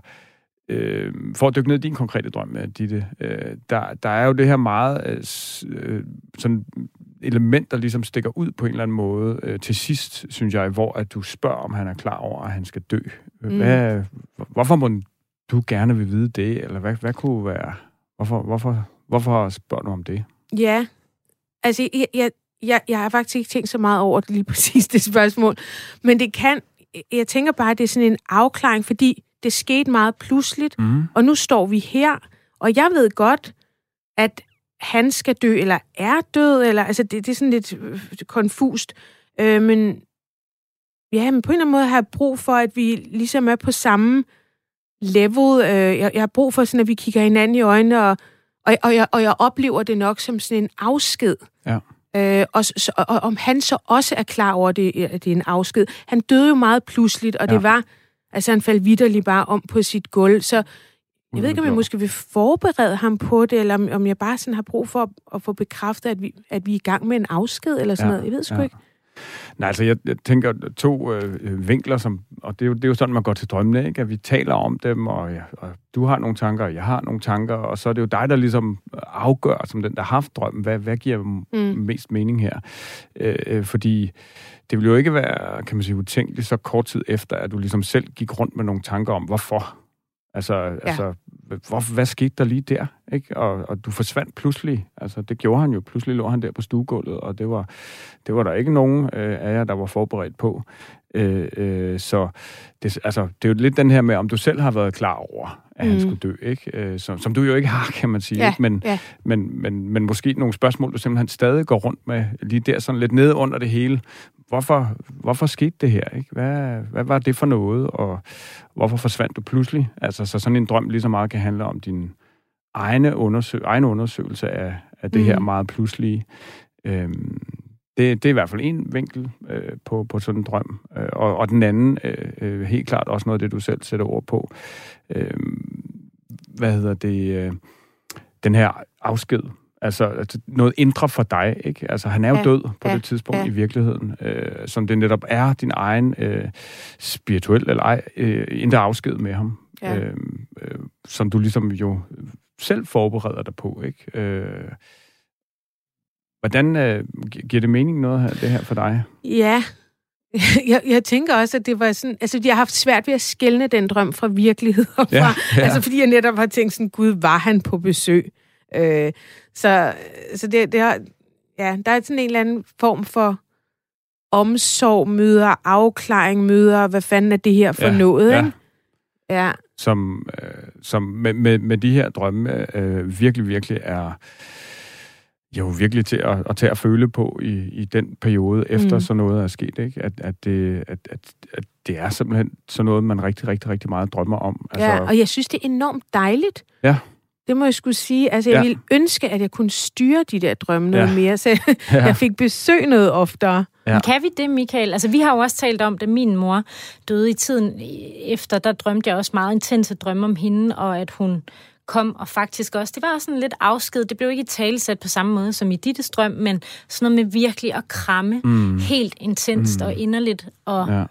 Øh, for at dykke ned i din konkrete drøm, Ditte, øh, der, der er jo det her meget øh, sådan element, der ligesom stikker ud på en eller anden måde øh, til sidst, synes jeg, hvor at du spørger, om han er klar over, at han skal dø. Mm. Hvad, hvorfor må du gerne vil vide det? Eller hvad, hvad kunne være... Hvorfor, hvorfor, hvorfor spørger du om det? Ja, altså jeg, jeg, jeg, jeg har faktisk ikke tænkt så meget over det lige præcis det spørgsmål, men det kan... Jeg tænker bare, at det er sådan en afklaring, fordi det skete meget pludseligt, mm. og nu står vi her, og jeg ved godt, at han skal dø, eller er død, eller altså det, det er sådan lidt øh, konfust, øh, men ja, men på en eller anden måde har jeg brug for, at vi ligesom er på samme level. Øh, jeg, jeg har brug for sådan, at vi kigger hinanden i øjnene, og, og, og, jeg, og jeg oplever det nok som sådan en afsked. Ja. Øh, og, så, og, og om han så også er klar over, at det, at det er en afsked. Han døde jo meget pludseligt, og ja. det var... Altså, han faldt vitterligt bare om på sit gulv. Så jeg ved ikke, om jeg måske vil forberede ham på det, eller om, om jeg bare sådan har brug for at, at få bekræftet, at vi, at vi er i gang med en afsked, eller sådan ja, noget. Jeg ved sgu ja. ikke. Nej, altså jeg, jeg tænker to øh, vinkler, som, og det er, jo, det er jo sådan, man går til drømmene, ikke? At vi taler om dem, og, ja, og du har nogle tanker, og jeg har nogle tanker, og så er det jo dig, der ligesom afgør, som den, der har haft drømmen, hvad, hvad giver mm. mest mening her? Øh, fordi det vil jo ikke være, kan man sige, utænkeligt så kort tid efter, at du ligesom selv gik rundt med nogle tanker om, hvorfor? Altså, ja. altså hvor, hvad skete der lige der? Ikke? Og, og du forsvandt pludselig. Altså, det gjorde han jo. Pludselig lå han der på stuegulvet, og det var, det var der ikke nogen øh, af jer, der var forberedt på. Øh, øh, så det, altså, det er jo lidt den her med, om du selv har været klar over, at mm. han skulle dø, ikke? Øh, som, som du jo ikke har, kan man sige. Ja, ikke? Men, ja. men, men, men måske nogle spørgsmål, du simpelthen stadig går rundt med, lige der, sådan lidt nede under det hele. Hvorfor, hvorfor skete det her? Ikke? Hvad, hvad var det for noget, og hvorfor forsvandt du pludselig? Altså, så sådan en drøm lige så meget kan handle om din egne undersø- egen undersøgelse af, af det mm. her meget pludselige. Øhm, det, det er i hvert fald en vinkel øh, på, på sådan en drøm. Øh, og, og den anden, øh, helt klart også noget af det, du selv sætter ord på. Øh, hvad hedder det? Øh, den her afsked. Altså, altså noget indre for dig, ikke? Altså, han er jo ja, død på ja, det tidspunkt ja. i virkeligheden, øh, som det netop er din egen øh, spirituel eller ej, øh, indre afsked med ham, ja. øh, øh, som du ligesom jo selv forbereder dig på, ikke? Øh, hvordan øh, giver det mening noget her, det her for dig? Ja, jeg, jeg tænker også, at det var sådan, altså jeg har haft svært ved at skelne den drøm fra virkelighed, og fra, ja, ja. altså fordi jeg netop har tænkt sådan, Gud, var han på besøg? Øh, så så det, det har, ja, der er sådan en eller anden form for omsorg møder, afklaring møder, hvad fanden er det her for ja, noget, ja. ikke? Ja. Som, øh, som med, med, med de her drømme øh, virkelig, virkelig er jo virkelig til at, at tage at føle på i, i den periode, efter mm. sådan noget er sket, ikke? At, at, det, at, at, at det er simpelthen sådan noget, man rigtig, rigtig, rigtig meget drømmer om. Altså, ja, og jeg synes, det er enormt dejligt. Ja. Det må jeg skulle sige. Altså, jeg ja. ville ønske, at jeg kunne styre de der drømme noget ja. mere, så jeg, ja. jeg fik besøg noget oftere. Ja. Kan vi det, Michael? Altså, vi har jo også talt om, da min mor døde i tiden efter, der drømte jeg også meget intense drømme om hende, og at hun kom, og faktisk også, det var også sådan lidt afsked, det blev ikke talesat på samme måde som i Dittes drøm, men sådan noget med virkelig at kramme mm. helt intenst mm. og inderligt, og ja.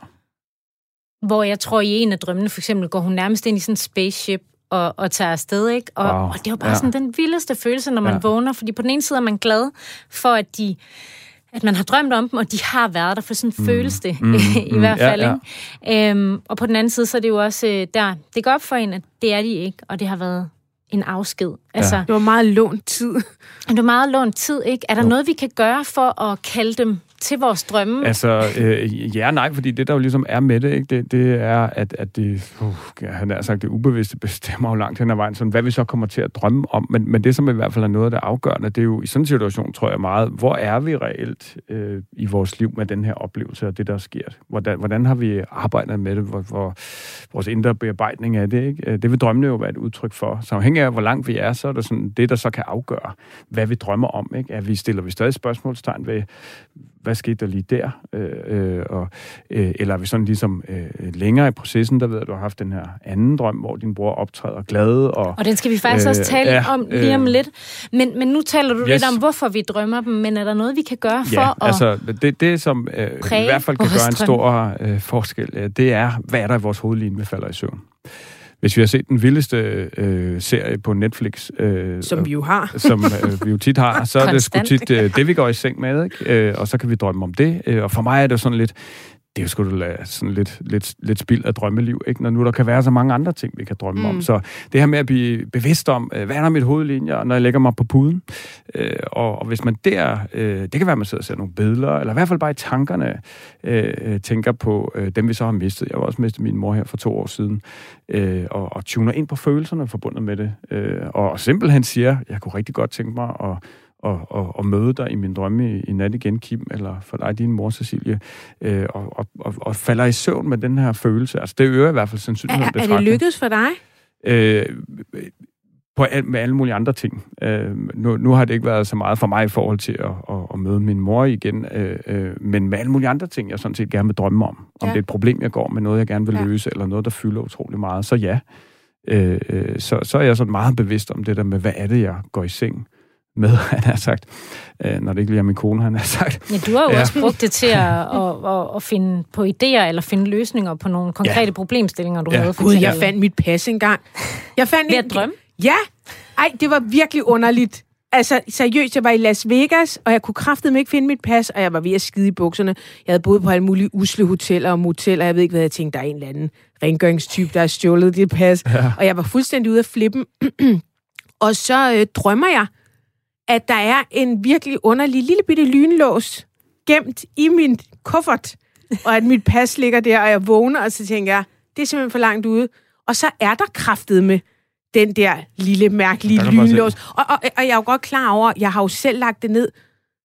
hvor jeg tror, i en af drømmene, for eksempel, går hun nærmest ind i sådan en spaceship, Og, og tager afsted, ikke? Og, wow. og det var bare ja. sådan den vildeste følelse, når man ja. vågner, fordi på den ene side er man glad for, at de at man har drømt om dem, og de har været der, for sådan mm. føles det, mm. i hvert fald, ja, ja. ikke? Øhm, og på den anden side, så er det jo også der, det går op for en, at det er de ikke, og det har været en afsked. Altså, ja. Det var meget lånt tid. Det var meget lånt tid, ikke? Er der jo. noget, vi kan gøre for at kalde dem til vores drømme? Altså, øh, ja nej, fordi det, der jo ligesom er med det, ikke, det, det er, at, at det, uh, han har sagt, det ubevidste bestemmer jo langt hen ad vejen, sådan, hvad vi så kommer til at drømme om. Men, men det, som i hvert fald er noget, der er afgørende, det er jo i sådan en situation, tror jeg meget, hvor er vi reelt øh, i vores liv med den her oplevelse og det, der sker? Hvordan, hvordan har vi arbejdet med det? Hvor, hvor, vores indre bearbejdning af det, ikke? Det vil drømmene jo være et udtryk for. Så afhængig af, hvor langt vi er, så er det sådan det, der så kan afgøre, hvad vi drømmer om, ikke? At vi stiller vi stadig spørgsmålstegn ved, hvad skete der lige der? Øh, øh, og, øh, eller er vi sådan ligesom øh, længere i processen, der ved at du har haft den her anden drøm, hvor din bror optræder glad. Og, og den skal vi faktisk øh, også tale ja, om lige om øh, lidt. Men, men nu taler du yes. lidt om, hvorfor vi drømmer dem, men er der noget, vi kan gøre for ja, at altså det, det som øh, i hvert fald kan gøre en stor øh, forskel, øh, det er, hvad er der i vores hoved lige, vi falder i søvn. Hvis vi har set den vildeste øh, serie på Netflix, øh, som vi jo har, som øh, vi jo tit har, så er det sgu tit øh, det, vi går i seng med, ikke? Øh, og så kan vi drømme om det. Øh, og for mig er det sådan lidt, det er jo sgu da sådan lidt, lidt, lidt spild af drømmeliv, ikke? Når nu der kan være så mange andre ting, vi kan drømme mm. om. Så det her med at blive bevidst om, hvad er der mit hovedlinjer, når jeg lægger mig på puden? Øh, og, og hvis man der, øh, det kan være, at man sidder og ser nogle billeder, eller i hvert fald bare i tankerne, øh, tænker på øh, dem, vi så har mistet. Jeg har også mistet min mor her for to år siden, øh, og, og tuner ind på følelserne forbundet med det. Øh, og, og simpelthen siger, jeg kunne rigtig godt tænke mig at Og, og, og møde dig i min drømme i, i nat igen, Kim, eller for dig, din mor, Cecilie, øh, og, og, og, og falder i søvn med den her følelse. Altså, det øger i hvert fald sandsynligheden. Er, er det lykkedes for dig? Øh, på, med alle mulige andre ting. Øh, nu, nu har det ikke været så meget for mig i forhold til at, at, at møde min mor igen, øh, øh, men med alle mulige andre ting, jeg sådan set gerne vil drømme om. Om ja. det er et problem, jeg går med, noget, jeg gerne vil ja. løse, eller noget, der fylder utrolig meget. Så ja, øh, øh, så, så er jeg sådan meget bevidst om det der med, hvad er det, jeg går i seng med, han har sagt, øh, når det ikke lige er min kone, han har sagt. Ja, du har jo ja. også brugt det til at, at, at, at finde på idéer, eller finde løsninger på nogle konkrete ja. problemstillinger, du ja. havde. Gud, jeg fandt mit pas engang. Jeg fandt Ved at drømme? Ja! Ej, det var virkelig underligt. Altså, seriøst, jeg var i Las Vegas, og jeg kunne kraftedeme ikke finde mit pas, og jeg var ved at skide i bukserne. Jeg havde boet på alle mulige usle hoteller og moteller, jeg ved ikke, hvad jeg tænkte, der er en eller anden rengøringstype, der har stjålet dit pas. Ja. Og jeg var fuldstændig ude af flippen. Og så øh, drømmer jeg, at der er en virkelig underlig lille bitte lynlås gemt i min kuffert, og at mit pas ligger der, og jeg vågner, og så tænker jeg, det er simpelthen for langt ude. Og så er der kraftedeme den der lille, mærkelige lynlås. Og, og, og jeg er jo godt klar over, jeg har jo selv lagt det ned,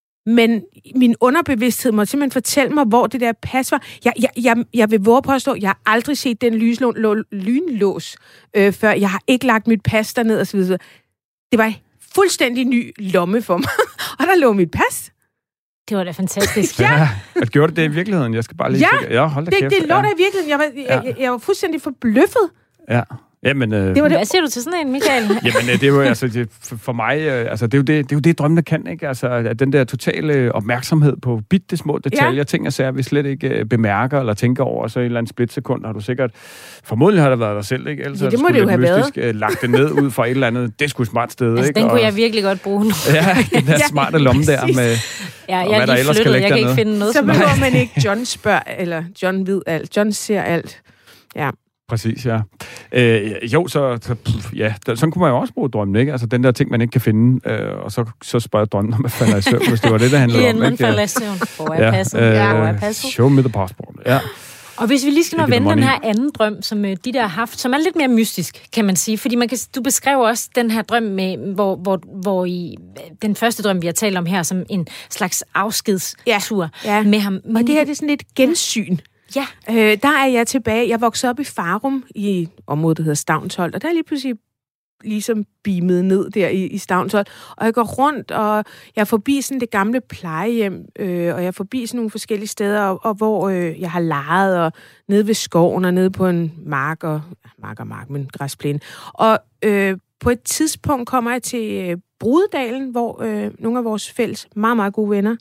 men min underbevidsthed må simpelthen fortælle mig, hvor det der pas var. Jeg, jeg, jeg, jeg vil våge påstå, jeg har aldrig set den lyslå, lynlås øh, før. Jeg har ikke lagt mit pas derned, og så videre. Det var en fuldstændig ny lomme for mig, og der lå mit pas. Det var da fantastisk. ja. ja. At gjorde det det i virkeligheden? Jeg skal bare lige ja, ja hold da det, kæft. det lå ja. der i virkeligheden. Jeg var, jeg, jeg, jeg var fuldstændig forbløffet. Ja. Jamen, øh, det var det. Hvad siger du til sådan en, Michael? Jamen, det er jo altså det, for mig, øh, altså det er jo det, det er jo det drømmene kan, ikke? Altså at den der totale opmærksomhed på bitte små detaljer, ja. ting og sager, vi slet ikke øh, bemærker eller tænker over, så i et eller andet splitsekund har du sikkert, formodentlig har det været dig selv, ikke? Ellers ja, det må det jo have mystisk, været. Øh, lagt det ned ud fra et eller andet, det er sgu et smart sted, altså, ikke? den kunne og, jeg virkelig godt bruge nu. ja, den der smarte lomme der med, ja, jeg er lige flyttet, jeg kan ikke finde noget. Så behøver man ikke, John spørger, eller John ved alt, John ser alt. Ja. Præcis, ja. Øh, jo, så, så pff, ja, sådan kunne man jo også bruge drømmen, ikke? Altså den der ting, man ikke kan finde, øh, og så, så spørger drømmen, når man falder i søvn, hvis det var det, der handlede om, ikke? Lige man falder i søvn. Hvor er passet? Ja, hvor er passet? Show me the passport, ja. Og hvis vi lige skal nå at vende den her anden drøm, som de der har haft, som er lidt mere mystisk, kan man sige. Fordi man kan, du beskrev også den her drøm, med, hvor, hvor, hvor i den første drøm, vi har talt om her, som en slags afskedstur ja. Ja. med ham. Men og det her det er sådan lidt gensyn. Ja. Øh, der er jeg tilbage. Jeg voksede op i Farum, i området, der hedder Stavnsholt, og der er lige pludselig ligesom beamet ned der i, i Stavnsholt. Og jeg går rundt, og jeg er forbi sådan det gamle plejehjem, øh, og jeg er forbi sådan nogle forskellige steder, og, og hvor øh, jeg har leget, og nede ved skoven, og nede på en mark, og mark og mark, men græsplæne. Og øh, på et tidspunkt kommer jeg til øh, Brudedalen, hvor øh, nogle af vores fælles meget, meget gode venner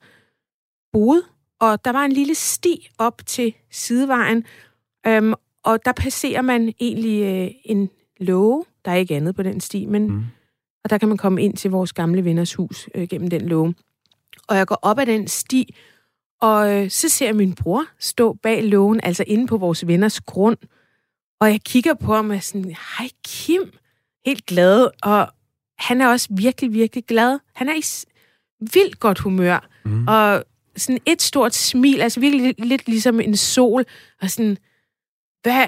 boede. Og der var en lille sti op til sidevejen, øhm, og der passerer man egentlig øh, en låge. Der er ikke andet på den sti, men mm. og der kan man komme ind til vores gamle venners hus øh, gennem den låge. Og jeg går op ad den sti, og øh, så ser jeg min bror stå bag lågen, altså inde på vores venners grund. Og jeg kigger på ham og er sådan, hej Kim, helt glad. Og han er også virkelig, virkelig glad. Han er i vildt godt humør, mm. og sådan et stort smil, altså virkelig lidt ligesom en sol, og sådan, hvad...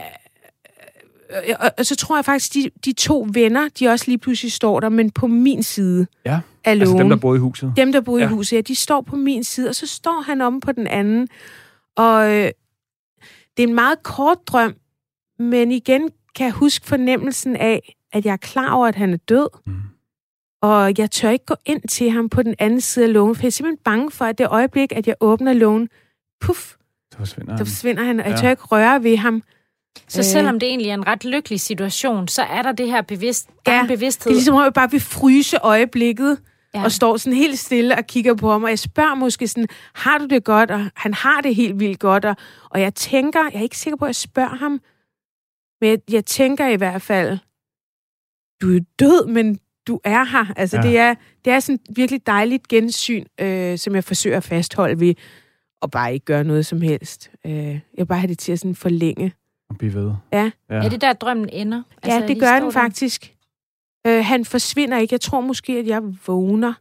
Og, og så tror jeg faktisk, de, de to venner, de også lige pludselig står der, men på min side ja, af lågen. Altså dem, der boede i huset? Dem, der boede ja. i huset, ja, de står på min side, og så står han om på den anden. Og øh, det er en meget kort drøm, men igen kan jeg huske fornemmelsen af, at jeg er klar over, at han er død. Mm. Og jeg tør ikke gå ind til ham på den anden side af lågen, for jeg er simpelthen bange for, at det øjeblik, at jeg åbner lågen, puff, så forsvinder han. Så forsvinder han, og jeg ja. tør ikke røre ved ham. Så selvom det egentlig er en ret lykkelig situation, så er der det her bevidst, ja, bevidsthed. Det er ligesom, at jeg bare vil fryse øjeblikket, ja. og står sådan helt stille og kigger på ham, og jeg spørger måske sådan, har du det godt? Og han har det helt vildt godt, og, og jeg tænker, jeg er ikke sikker på, at jeg spørger ham, men jeg, jeg tænker i hvert fald, du er død, men du er her. Altså, ja. det, er, det er sådan virkelig dejligt gensyn, øh, som jeg forsøger at fastholde ved, og bare ikke gøre noget som helst. Øh, jeg vil bare have det til at sådan forlænge. Og blive ved. Ja. ja. Er det der, drømmen ender? Ja, altså, det gør den faktisk. Øh, han forsvinder ikke. Jeg tror måske, at jeg vågner.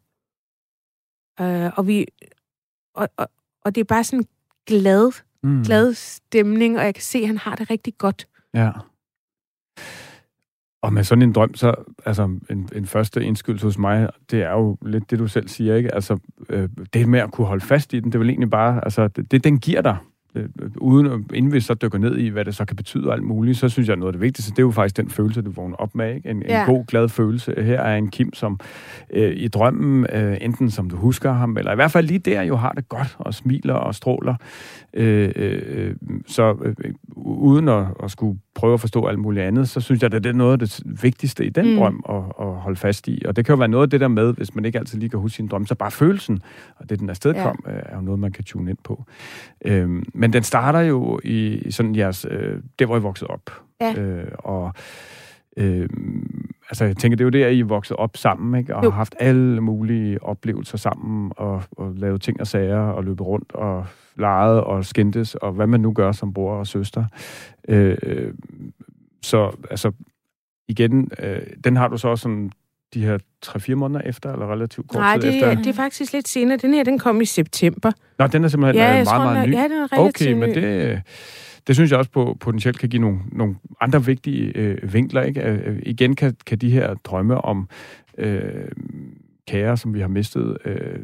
Øh, og, vi, og, og, og det er bare sådan glad, mm. glad stemning, og jeg kan se, at han har det rigtig godt. Ja. Og med sådan en drøm, så altså en, en første indskydelse hos mig, det er jo lidt det, du selv siger, ikke? Altså, øh, det med at kunne holde fast i den, det er vel egentlig bare, altså, det, det den giver dig. Uden, inden vi så dykker ned i, hvad det så kan betyde og alt muligt, så synes jeg, noget af det vigtigste, det er jo faktisk den følelse, du vågner op med, ikke? En, ja. en god, glad følelse. Her er en Kim, som øh, i drømmen, øh, enten som du husker ham, eller i hvert fald lige der jo har det godt, og smiler og stråler. Øh, øh, så øh, uden at, at skulle prøve at forstå alt muligt andet, så synes jeg, at det er noget af det vigtigste i den mm. drøm at, at holde fast i. Og det kan jo være noget af det der med, hvis man ikke altid lige kan huske sin drøm, så bare følelsen, og det den afstedkom, ja. er jo noget, man kan tune ind på. Øhm, men den starter jo i sådan jeres, øh, der hvor I voksede op. Ja. Øh, og øh, altså, jeg tænker, det er jo der, I er vokset op sammen, ikke? Og jo. Har haft alle mulige oplevelser sammen, og, og lavet ting og sager, og løbet rundt, og leget og skændtes, og hvad man nu gør som bror og søster. Øh, så altså, igen, øh, den har du så også sådan de her tre-fire måneder efter, eller relativt kort Nej, tid det, efter? Nej, det er faktisk lidt senere. Den her, den kom i september. Nå, den er simpelthen ja, meget, tror, meget ny? Ja, den er relativt Okay, men det... Det synes jeg også på, potentielt kan give nogle, nogle andre vigtige øh, vinkler. Ikke? Øh, igen kan, kan de her drømme om øh, kære, som vi har mistet, øh,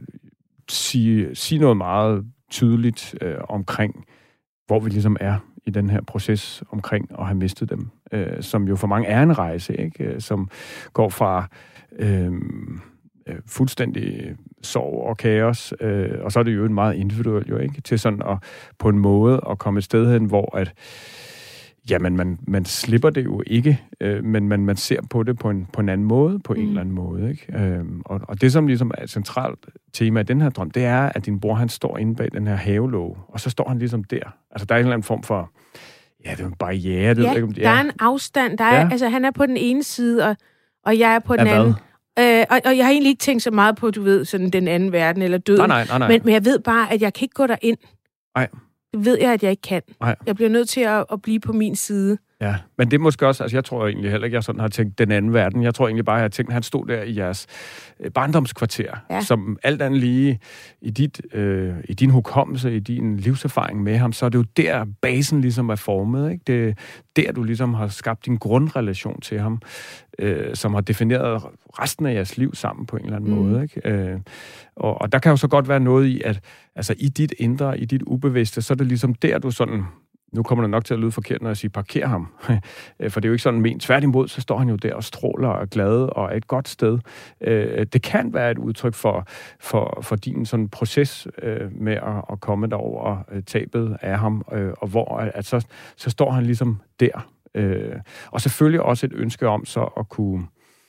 sige, sige noget meget tydeligt øh, omkring, hvor vi ligesom er i den her proces omkring at have mistet dem. Øh, som jo for mange er en rejse, ikke? Som går fra øh, øh, fuldstændig sorg og kaos, øh, og så er det jo en meget individuelt jo, ikke? Til sådan at på en måde at komme et sted hen, hvor at jamen, man, man slipper det jo ikke, øh, men man, man ser på det på en, på en anden måde, på mm. en eller anden måde, ikke? Øh, og, og det, som ligesom er et centralt tema i den her drøm, det er, at din bror, han står inde bag den her havelåge, og så står han ligesom der. Altså, der er en eller anden form for, ja, det er en barriere. Det ja, ved ikke, om det der er. er en afstand. Der er, ja. Altså, han er på den ene side, og, og jeg er på den af anden. Hvad? Øh, og, og jeg har egentlig ikke tænkt så meget på, du ved, sådan den anden verden eller døden. Nej, nej, nej, nej. Men, men jeg ved bare, at jeg kan ikke gå derind. Nej. Det ved jeg, at jeg ikke kan. Nej. Jeg bliver nødt til at, at blive på min side. Ja, men det er måske også, altså jeg tror egentlig heller ikke, jeg sådan har tænkt den anden verden. Jeg tror egentlig bare, jeg har tænkt, at han stod der i jeres barndomskvarter, ja. Som alt andet lige i, dit, øh, i din hukommelse, i din livserfaring med ham, så er det jo der, basen ligesom er formet, ikke? Det er der, du ligesom har skabt din grundrelation til ham, øh, som har defineret resten af jeres liv sammen på en eller anden mm. måde, ikke? Øh, og, og der kan jo så godt være noget i, at altså i dit indre, i dit ubevidste, så er det ligesom der, du sådan... Nu kommer det nok til at lyde forkert, når jeg siger, parker ham. For det er jo ikke sådan ment. Tværtimod, så står han jo der og stråler og er glad og er et godt sted. Det kan være et udtryk for, for, for din sådan proces med at, at komme derover tabet af ham, og hvor at så, så står han ligesom der. Og selvfølgelig også et ønske om så at kunne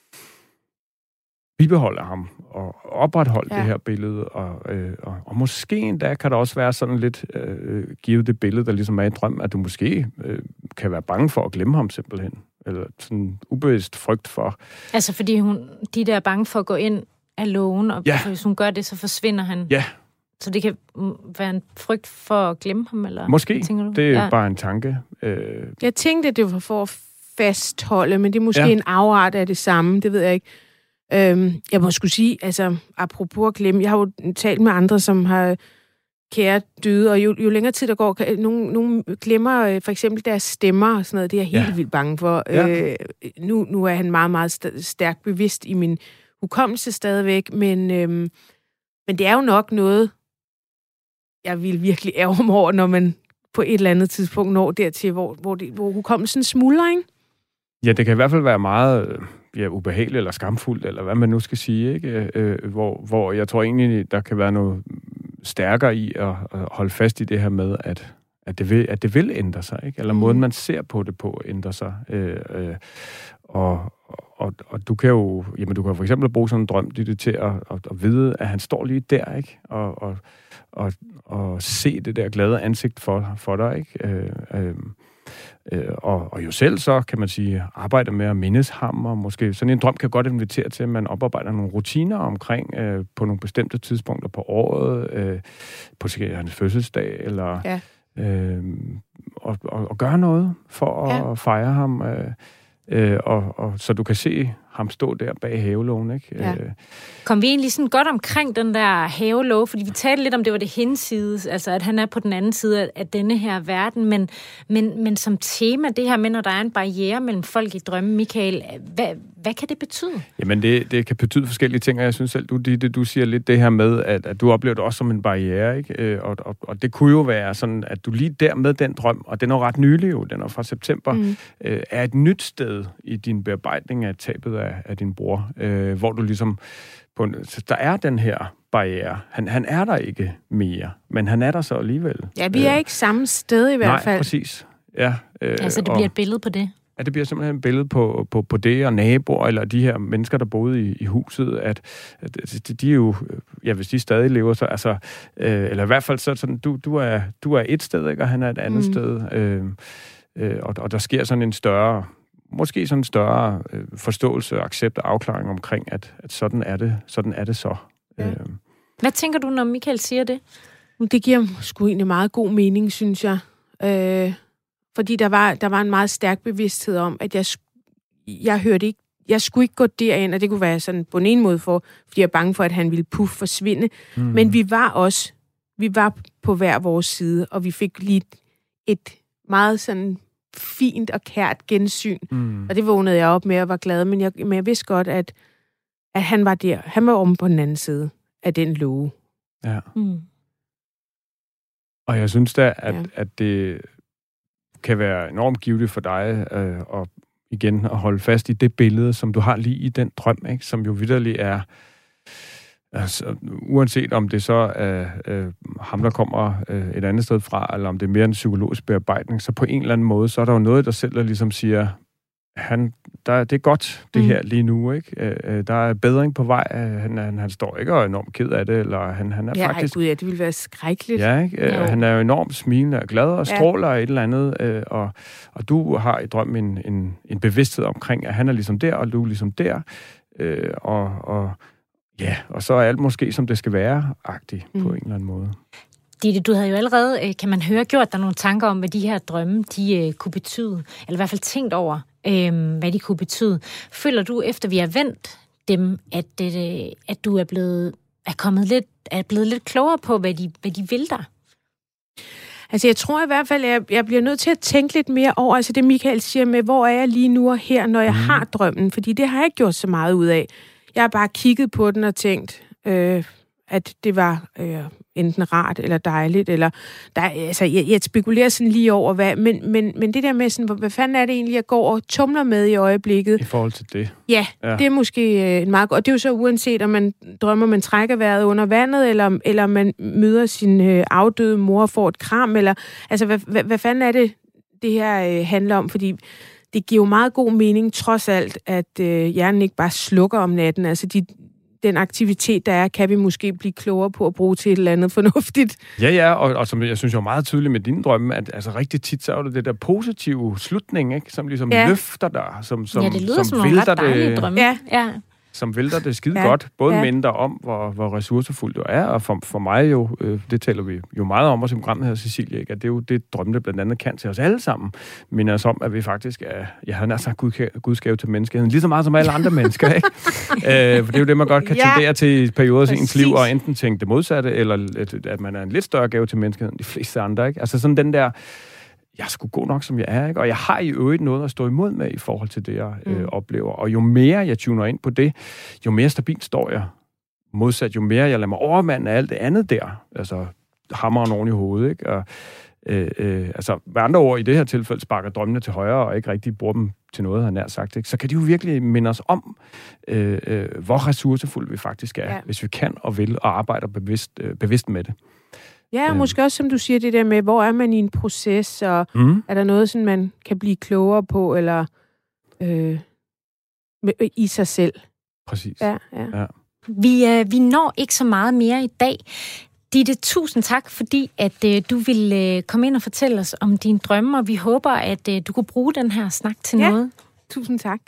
bibeholde ham og opretholde ja. Det her billede. Og, øh, og, og måske endda kan der også være sådan lidt øh, givet det billede, der ligesom er i drøm, at du måske øh, kan være bange for at glemme ham simpelthen. Eller sådan ubevidst frygt for... Altså fordi hun, de der er bange for at gå ind af lågen, og ja. Hvis hun gør det, så forsvinder han. Ja. Så det kan være en frygt for at glemme ham, eller... Måske. Det er ja. Bare en tanke. Øh... Jeg tænkte, at det var for at fastholde, men det er måske ja. En afart af det samme, det ved jeg ikke. Øhm, jeg må skulle sige, altså, apropos at glemme, jeg har jo talt med andre, som har kære døde, og jo, jo længere tid der går, kan, nogen, nogen glemmer øh, for eksempel deres stemmer og sådan noget, det er jeg helt ja. Vildt bange for. Ja. Øh, nu, nu er han meget, meget st- stærkt bevidst i min hukommelse stadigvæk, men, øhm, men det er jo nok noget, jeg vil virkelig ærge mig over, når man på et eller andet tidspunkt når dertil, hvor, hvor, det, hvor hukommelsen smuldrer, ikke? Ja, det kan i hvert fald være meget... ja, ubehageligt eller skamfuldt, eller hvad man nu skal sige, ikke? Øh, hvor, hvor jeg tror egentlig, der kan være noget stærkere i at, at holde fast i det her med, at, at, det, vil, at det vil ændre sig, ikke? Eller måden, man ser på det på, ændrer sig. Øh, øh, og, og, og du kan jo, jamen du kan for eksempel bruge sådan en drøm det til at, at, at vide, at han står lige der, ikke? Og, og, og, og se det der glade ansigt for, for dig, ikke? Øh, øh, Øh, og, og jo selv så, kan man sige, arbejder med at mindes ham, og måske sådan en drøm kan godt invitere til, at man oparbejder nogle rutiner omkring øh, på nogle bestemte tidspunkter på året, øh, på hans fødselsdag, eller ja. øh, og, og, og gøre noget for at ja. Fejre ham, øh, øh, og, og så du kan se ham stå der bag havelågen, ikke? Ja. Kom vi egentlig sådan godt omkring den der havelåge, fordi vi talte lidt om, det var det hinsides, altså at han er på den anden side af denne her verden, men, men, men som tema, det her med, når der er en barriere mellem folk i drømme, Michael, hvad, hvad kan det betyde? Jamen det, det kan betyde forskellige ting, og jeg synes selv, du, det, du siger lidt det her med, at, at du oplever det også som en barriere, ikke? Og, og, og det kunne jo være sådan, at du lige der med den drøm, og den er ret nylig jo, den er fra september, mm. øh, er et nyt sted i din bearbejdning af tabet af, af din bror, øh, hvor du ligesom på en, der er den her barriere. Han, han er der ikke mere, men han er der så alligevel. Ja, vi er øh, ikke samme sted i hvert nej, fald. Nej, præcis. Ja. Øh, altså, det bliver og, et billede på det? Ja, det bliver simpelthen et billede på, på, på det, og naboer, eller de her mennesker, der boede i, i huset, at, at de, de er jo, ja, hvis de stadig lever, så altså, øh, eller i hvert fald så sådan, du, du, er, du er et sted, ikke, og han er et andet mm. sted, øh, øh, og, og der sker sådan en større, måske sådan en større øh, forståelse, accept og afklaring omkring, at, at sådan er det, sådan er det så. Ja. Øh. Hvad tænker du, når Michael siger det? Det giver sgu egentlig meget god mening, synes jeg. Øh, fordi der var, der var en meget stærk bevidsthed om, at jeg, jeg hørte ikke, jeg skulle ikke gå derind, og det kunne være sådan på en ene måde, for, fordi jeg er bange for, at han ville puff forsvinde. Mm. Men vi var også, vi var på hver vores side, og vi fik lige et meget sådan fint og kært gensyn. Mm. Og det vågnede jeg op med og var glad, men jeg, men jeg vidste godt, at, at han var der. Han var om på den anden side af den låge. Ja. Mm. Og jeg synes da, at, ja. at det kan være enormt givetigt for dig øh, og igen at holde fast i det billede, som du har lige i den drøm, ikke? Som jo vitterligt er, altså, uanset om det så er øh, ham, der kommer øh, et andet sted fra, eller om det er mere en psykologisk bearbejdning, så på en eller anden måde, så er der jo noget, der selv der ligesom siger, han, der, det er godt, det mm. her lige nu, ikke? Øh, der er bedring på vej. Han, han, han står ikke og er enormt ked af det, eller han, han er ja, faktisk... Gud, ja, det ville være skrækkeligt. Ja, ikke? Øh, han er jo enormt smilende og glad og stråler ja. et eller andet, øh, og, og du har i drømmen en, en, en bevidsthed omkring, at han er ligesom der, og du er ligesom der, øh, og, og ja, og så er alt måske, som det skal være, agtigt mm. på en eller anden måde. Ditte, du havde jo allerede, kan man høre, gjort dig nogle tanker om, hvad de her drømme, de kunne betyde, eller i hvert fald tænkt over, Øhm, hvad de kunne betyde. Føler du, efter vi har vendt dem, at, det, at du er blevet, er kommet lidt, er blevet lidt klogere på, hvad de, hvad de vil dig? Altså, jeg tror i hvert fald, at jeg, jeg bliver nødt til at tænke lidt mere over, altså det Michael siger med, hvor er jeg lige nu og her, når jeg mm. har drømmen? Fordi det har jeg ikke gjort så meget ud af. Jeg har bare kigget på den og tænkt, øh, at det var øh, enten rart eller dejligt, eller der, altså, jeg, jeg spekulerer sådan lige over, hvad, men, men, men det der med sådan, hvad fanden er det egentlig, jeg går og tumler med i øjeblikket? I forhold til det? Ja, ja. Det er måske øh, en meget godt, og det er jo så uanset, om man drømmer, man trækker vejret under vandet, eller, eller man møder sin øh, afdøde mor og får et kram, eller, altså, hvad, hvad, hvad fanden er det, det her øh, handler om? Fordi det giver jo meget god mening, trods alt, at øh, hjernen ikke bare slukker om natten, altså de den aktivitet, der er, kan vi måske blive klogere på at bruge til et eller andet fornuftigt. Ja, ja, og, og som jeg synes jo meget tydeligt med dine drømme, at altså rigtig tit, så er det det der positive slutning, ikke? Som ligesom ja. løfter dig, som, som, ja, det lyder som, som nogle ret dejlige drømme. Ja, ja. Som vælter det skide ja. godt, både ja. minder om, hvor, hvor ressourcefuld du er, og for, for mig jo, øh, det taler vi jo meget om, og som programmet her, Cecilie, ikke? At det er jo det, drømmene blandt andet kan til os alle sammen, minder os om, at vi faktisk er, jeg havde nær sagt, Guds gave til menneskeheden, lige så meget som alle andre mennesker, ikke? øh, for det er jo det, man godt kan ja. tendere til i perioder af ens liv, og enten tænke det modsatte, eller at man er en lidt større gave til menneskeheden end de fleste andre, ikke? Altså sådan den der, jeg er sgu god nok, som jeg er, ikke? Og jeg har i øvrigt noget at stå imod med i forhold til det, jeg øh, mm. oplever. Og jo mere jeg tuner ind på det, jo mere stabilt står jeg. Modsat, jo mere jeg lader mig overmande af alt det andet der. Altså, hammeren oven i hovedet, ikke? Og, øh, øh, altså, med andre ord, i det her tilfælde, sparker drømmene til højre, og ikke rigtig bruger dem til noget, han nær sagt, ikke? Så kan de jo virkelig minde os om, øh, øh, hvor ressourcefulde vi faktisk er, ja. hvis vi kan og vil, og arbejder bevidst, øh, bevidst med det. Ja, og måske også, som du siger, det der med, hvor er man i en proces, og mm. er der noget, sådan, man kan blive klogere på, eller øh, med, i sig selv. Præcis. Ja, ja. ja. Vi, øh, vi når ikke så meget mere i dag. Ditte, tusind tak, fordi at øh, du vil øh, komme ind og fortælle os om dine drømme, og vi håber, at øh, du kunne bruge den her snak til ja. noget. Tusind tak.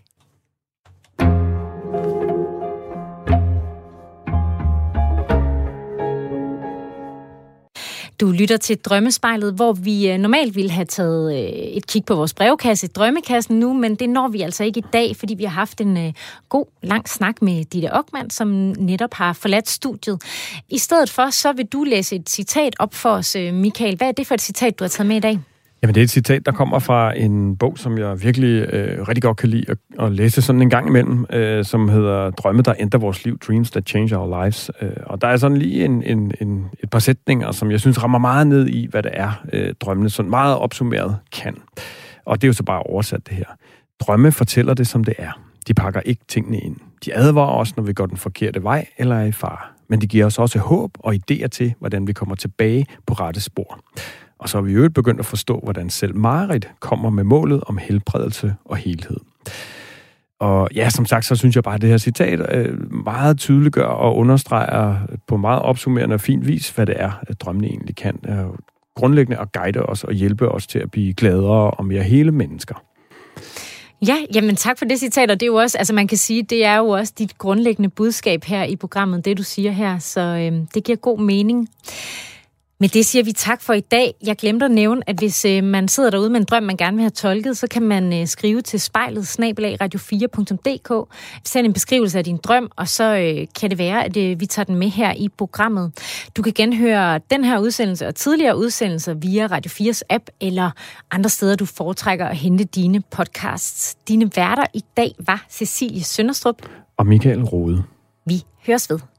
Du lytter til Drømmespejlet, hvor vi normalt ville have taget et kig på vores brevkasse, Drømmekassen nu, men det når vi altså ikke i dag, fordi vi har haft en god, lang snak med Ditte Okman, som netop har forladt studiet. I stedet for, så vil du læse et citat op for os, Michael. Hvad er det for et citat, du har taget med i dag? Jamen, det er et citat, der kommer fra en bog, som jeg virkelig øh, rigtig godt kan lide at, at læse sådan en gang imellem, øh, som hedder Drømme, der ændrer vores liv, Dreams that change our lives. Øh, og der er sådan lige en, en, en, et par sætninger, som jeg synes rammer meget ned i, hvad det er, øh, drømmene sådan meget opsummeret kan. Og det er jo så bare oversat det her. Drømme fortæller det, som det er. De pakker ikke tingene ind. De advarer os, når vi går den forkerte vej eller er i fare. Men de giver os også håb og idéer til, hvordan vi kommer tilbage på rette spor. Og så har vi jo begyndt at forstå, hvordan selv mareridt kommer med målet om helbredelse og helhed. Og ja, som sagt, så synes jeg bare, at det her citat øh, meget tydeliggør og understreger på meget opsummerende og fin vis, hvad det er, at drømmene egentlig kan. Øh, grundlæggende at guide os og hjælpe os til at blive gladere og mere hele mennesker. Ja, jamen tak for det citat, og det er jo også, altså man kan sige, det er jo også dit grundlæggende budskab her i programmet, det du siger her, så øh, det giver god mening. Men det siger vi tak for i dag. Jeg glemte at nævne, at hvis øh, man sidder derude med en drøm, man gerne vil have tolket, så kan man øh, skrive til spejlet snabel-a radio fire punktum d k. Send en beskrivelse af din drøm, og så øh, kan det være, at øh, vi tager den med her i programmet. Du kan genhøre den her udsendelse og tidligere udsendelser via Radio fires app eller andre steder, du foretrækker at hente dine podcasts. Dine værter i dag var Cecilie Sønderstrup og Michael Rode. Vi høres ved.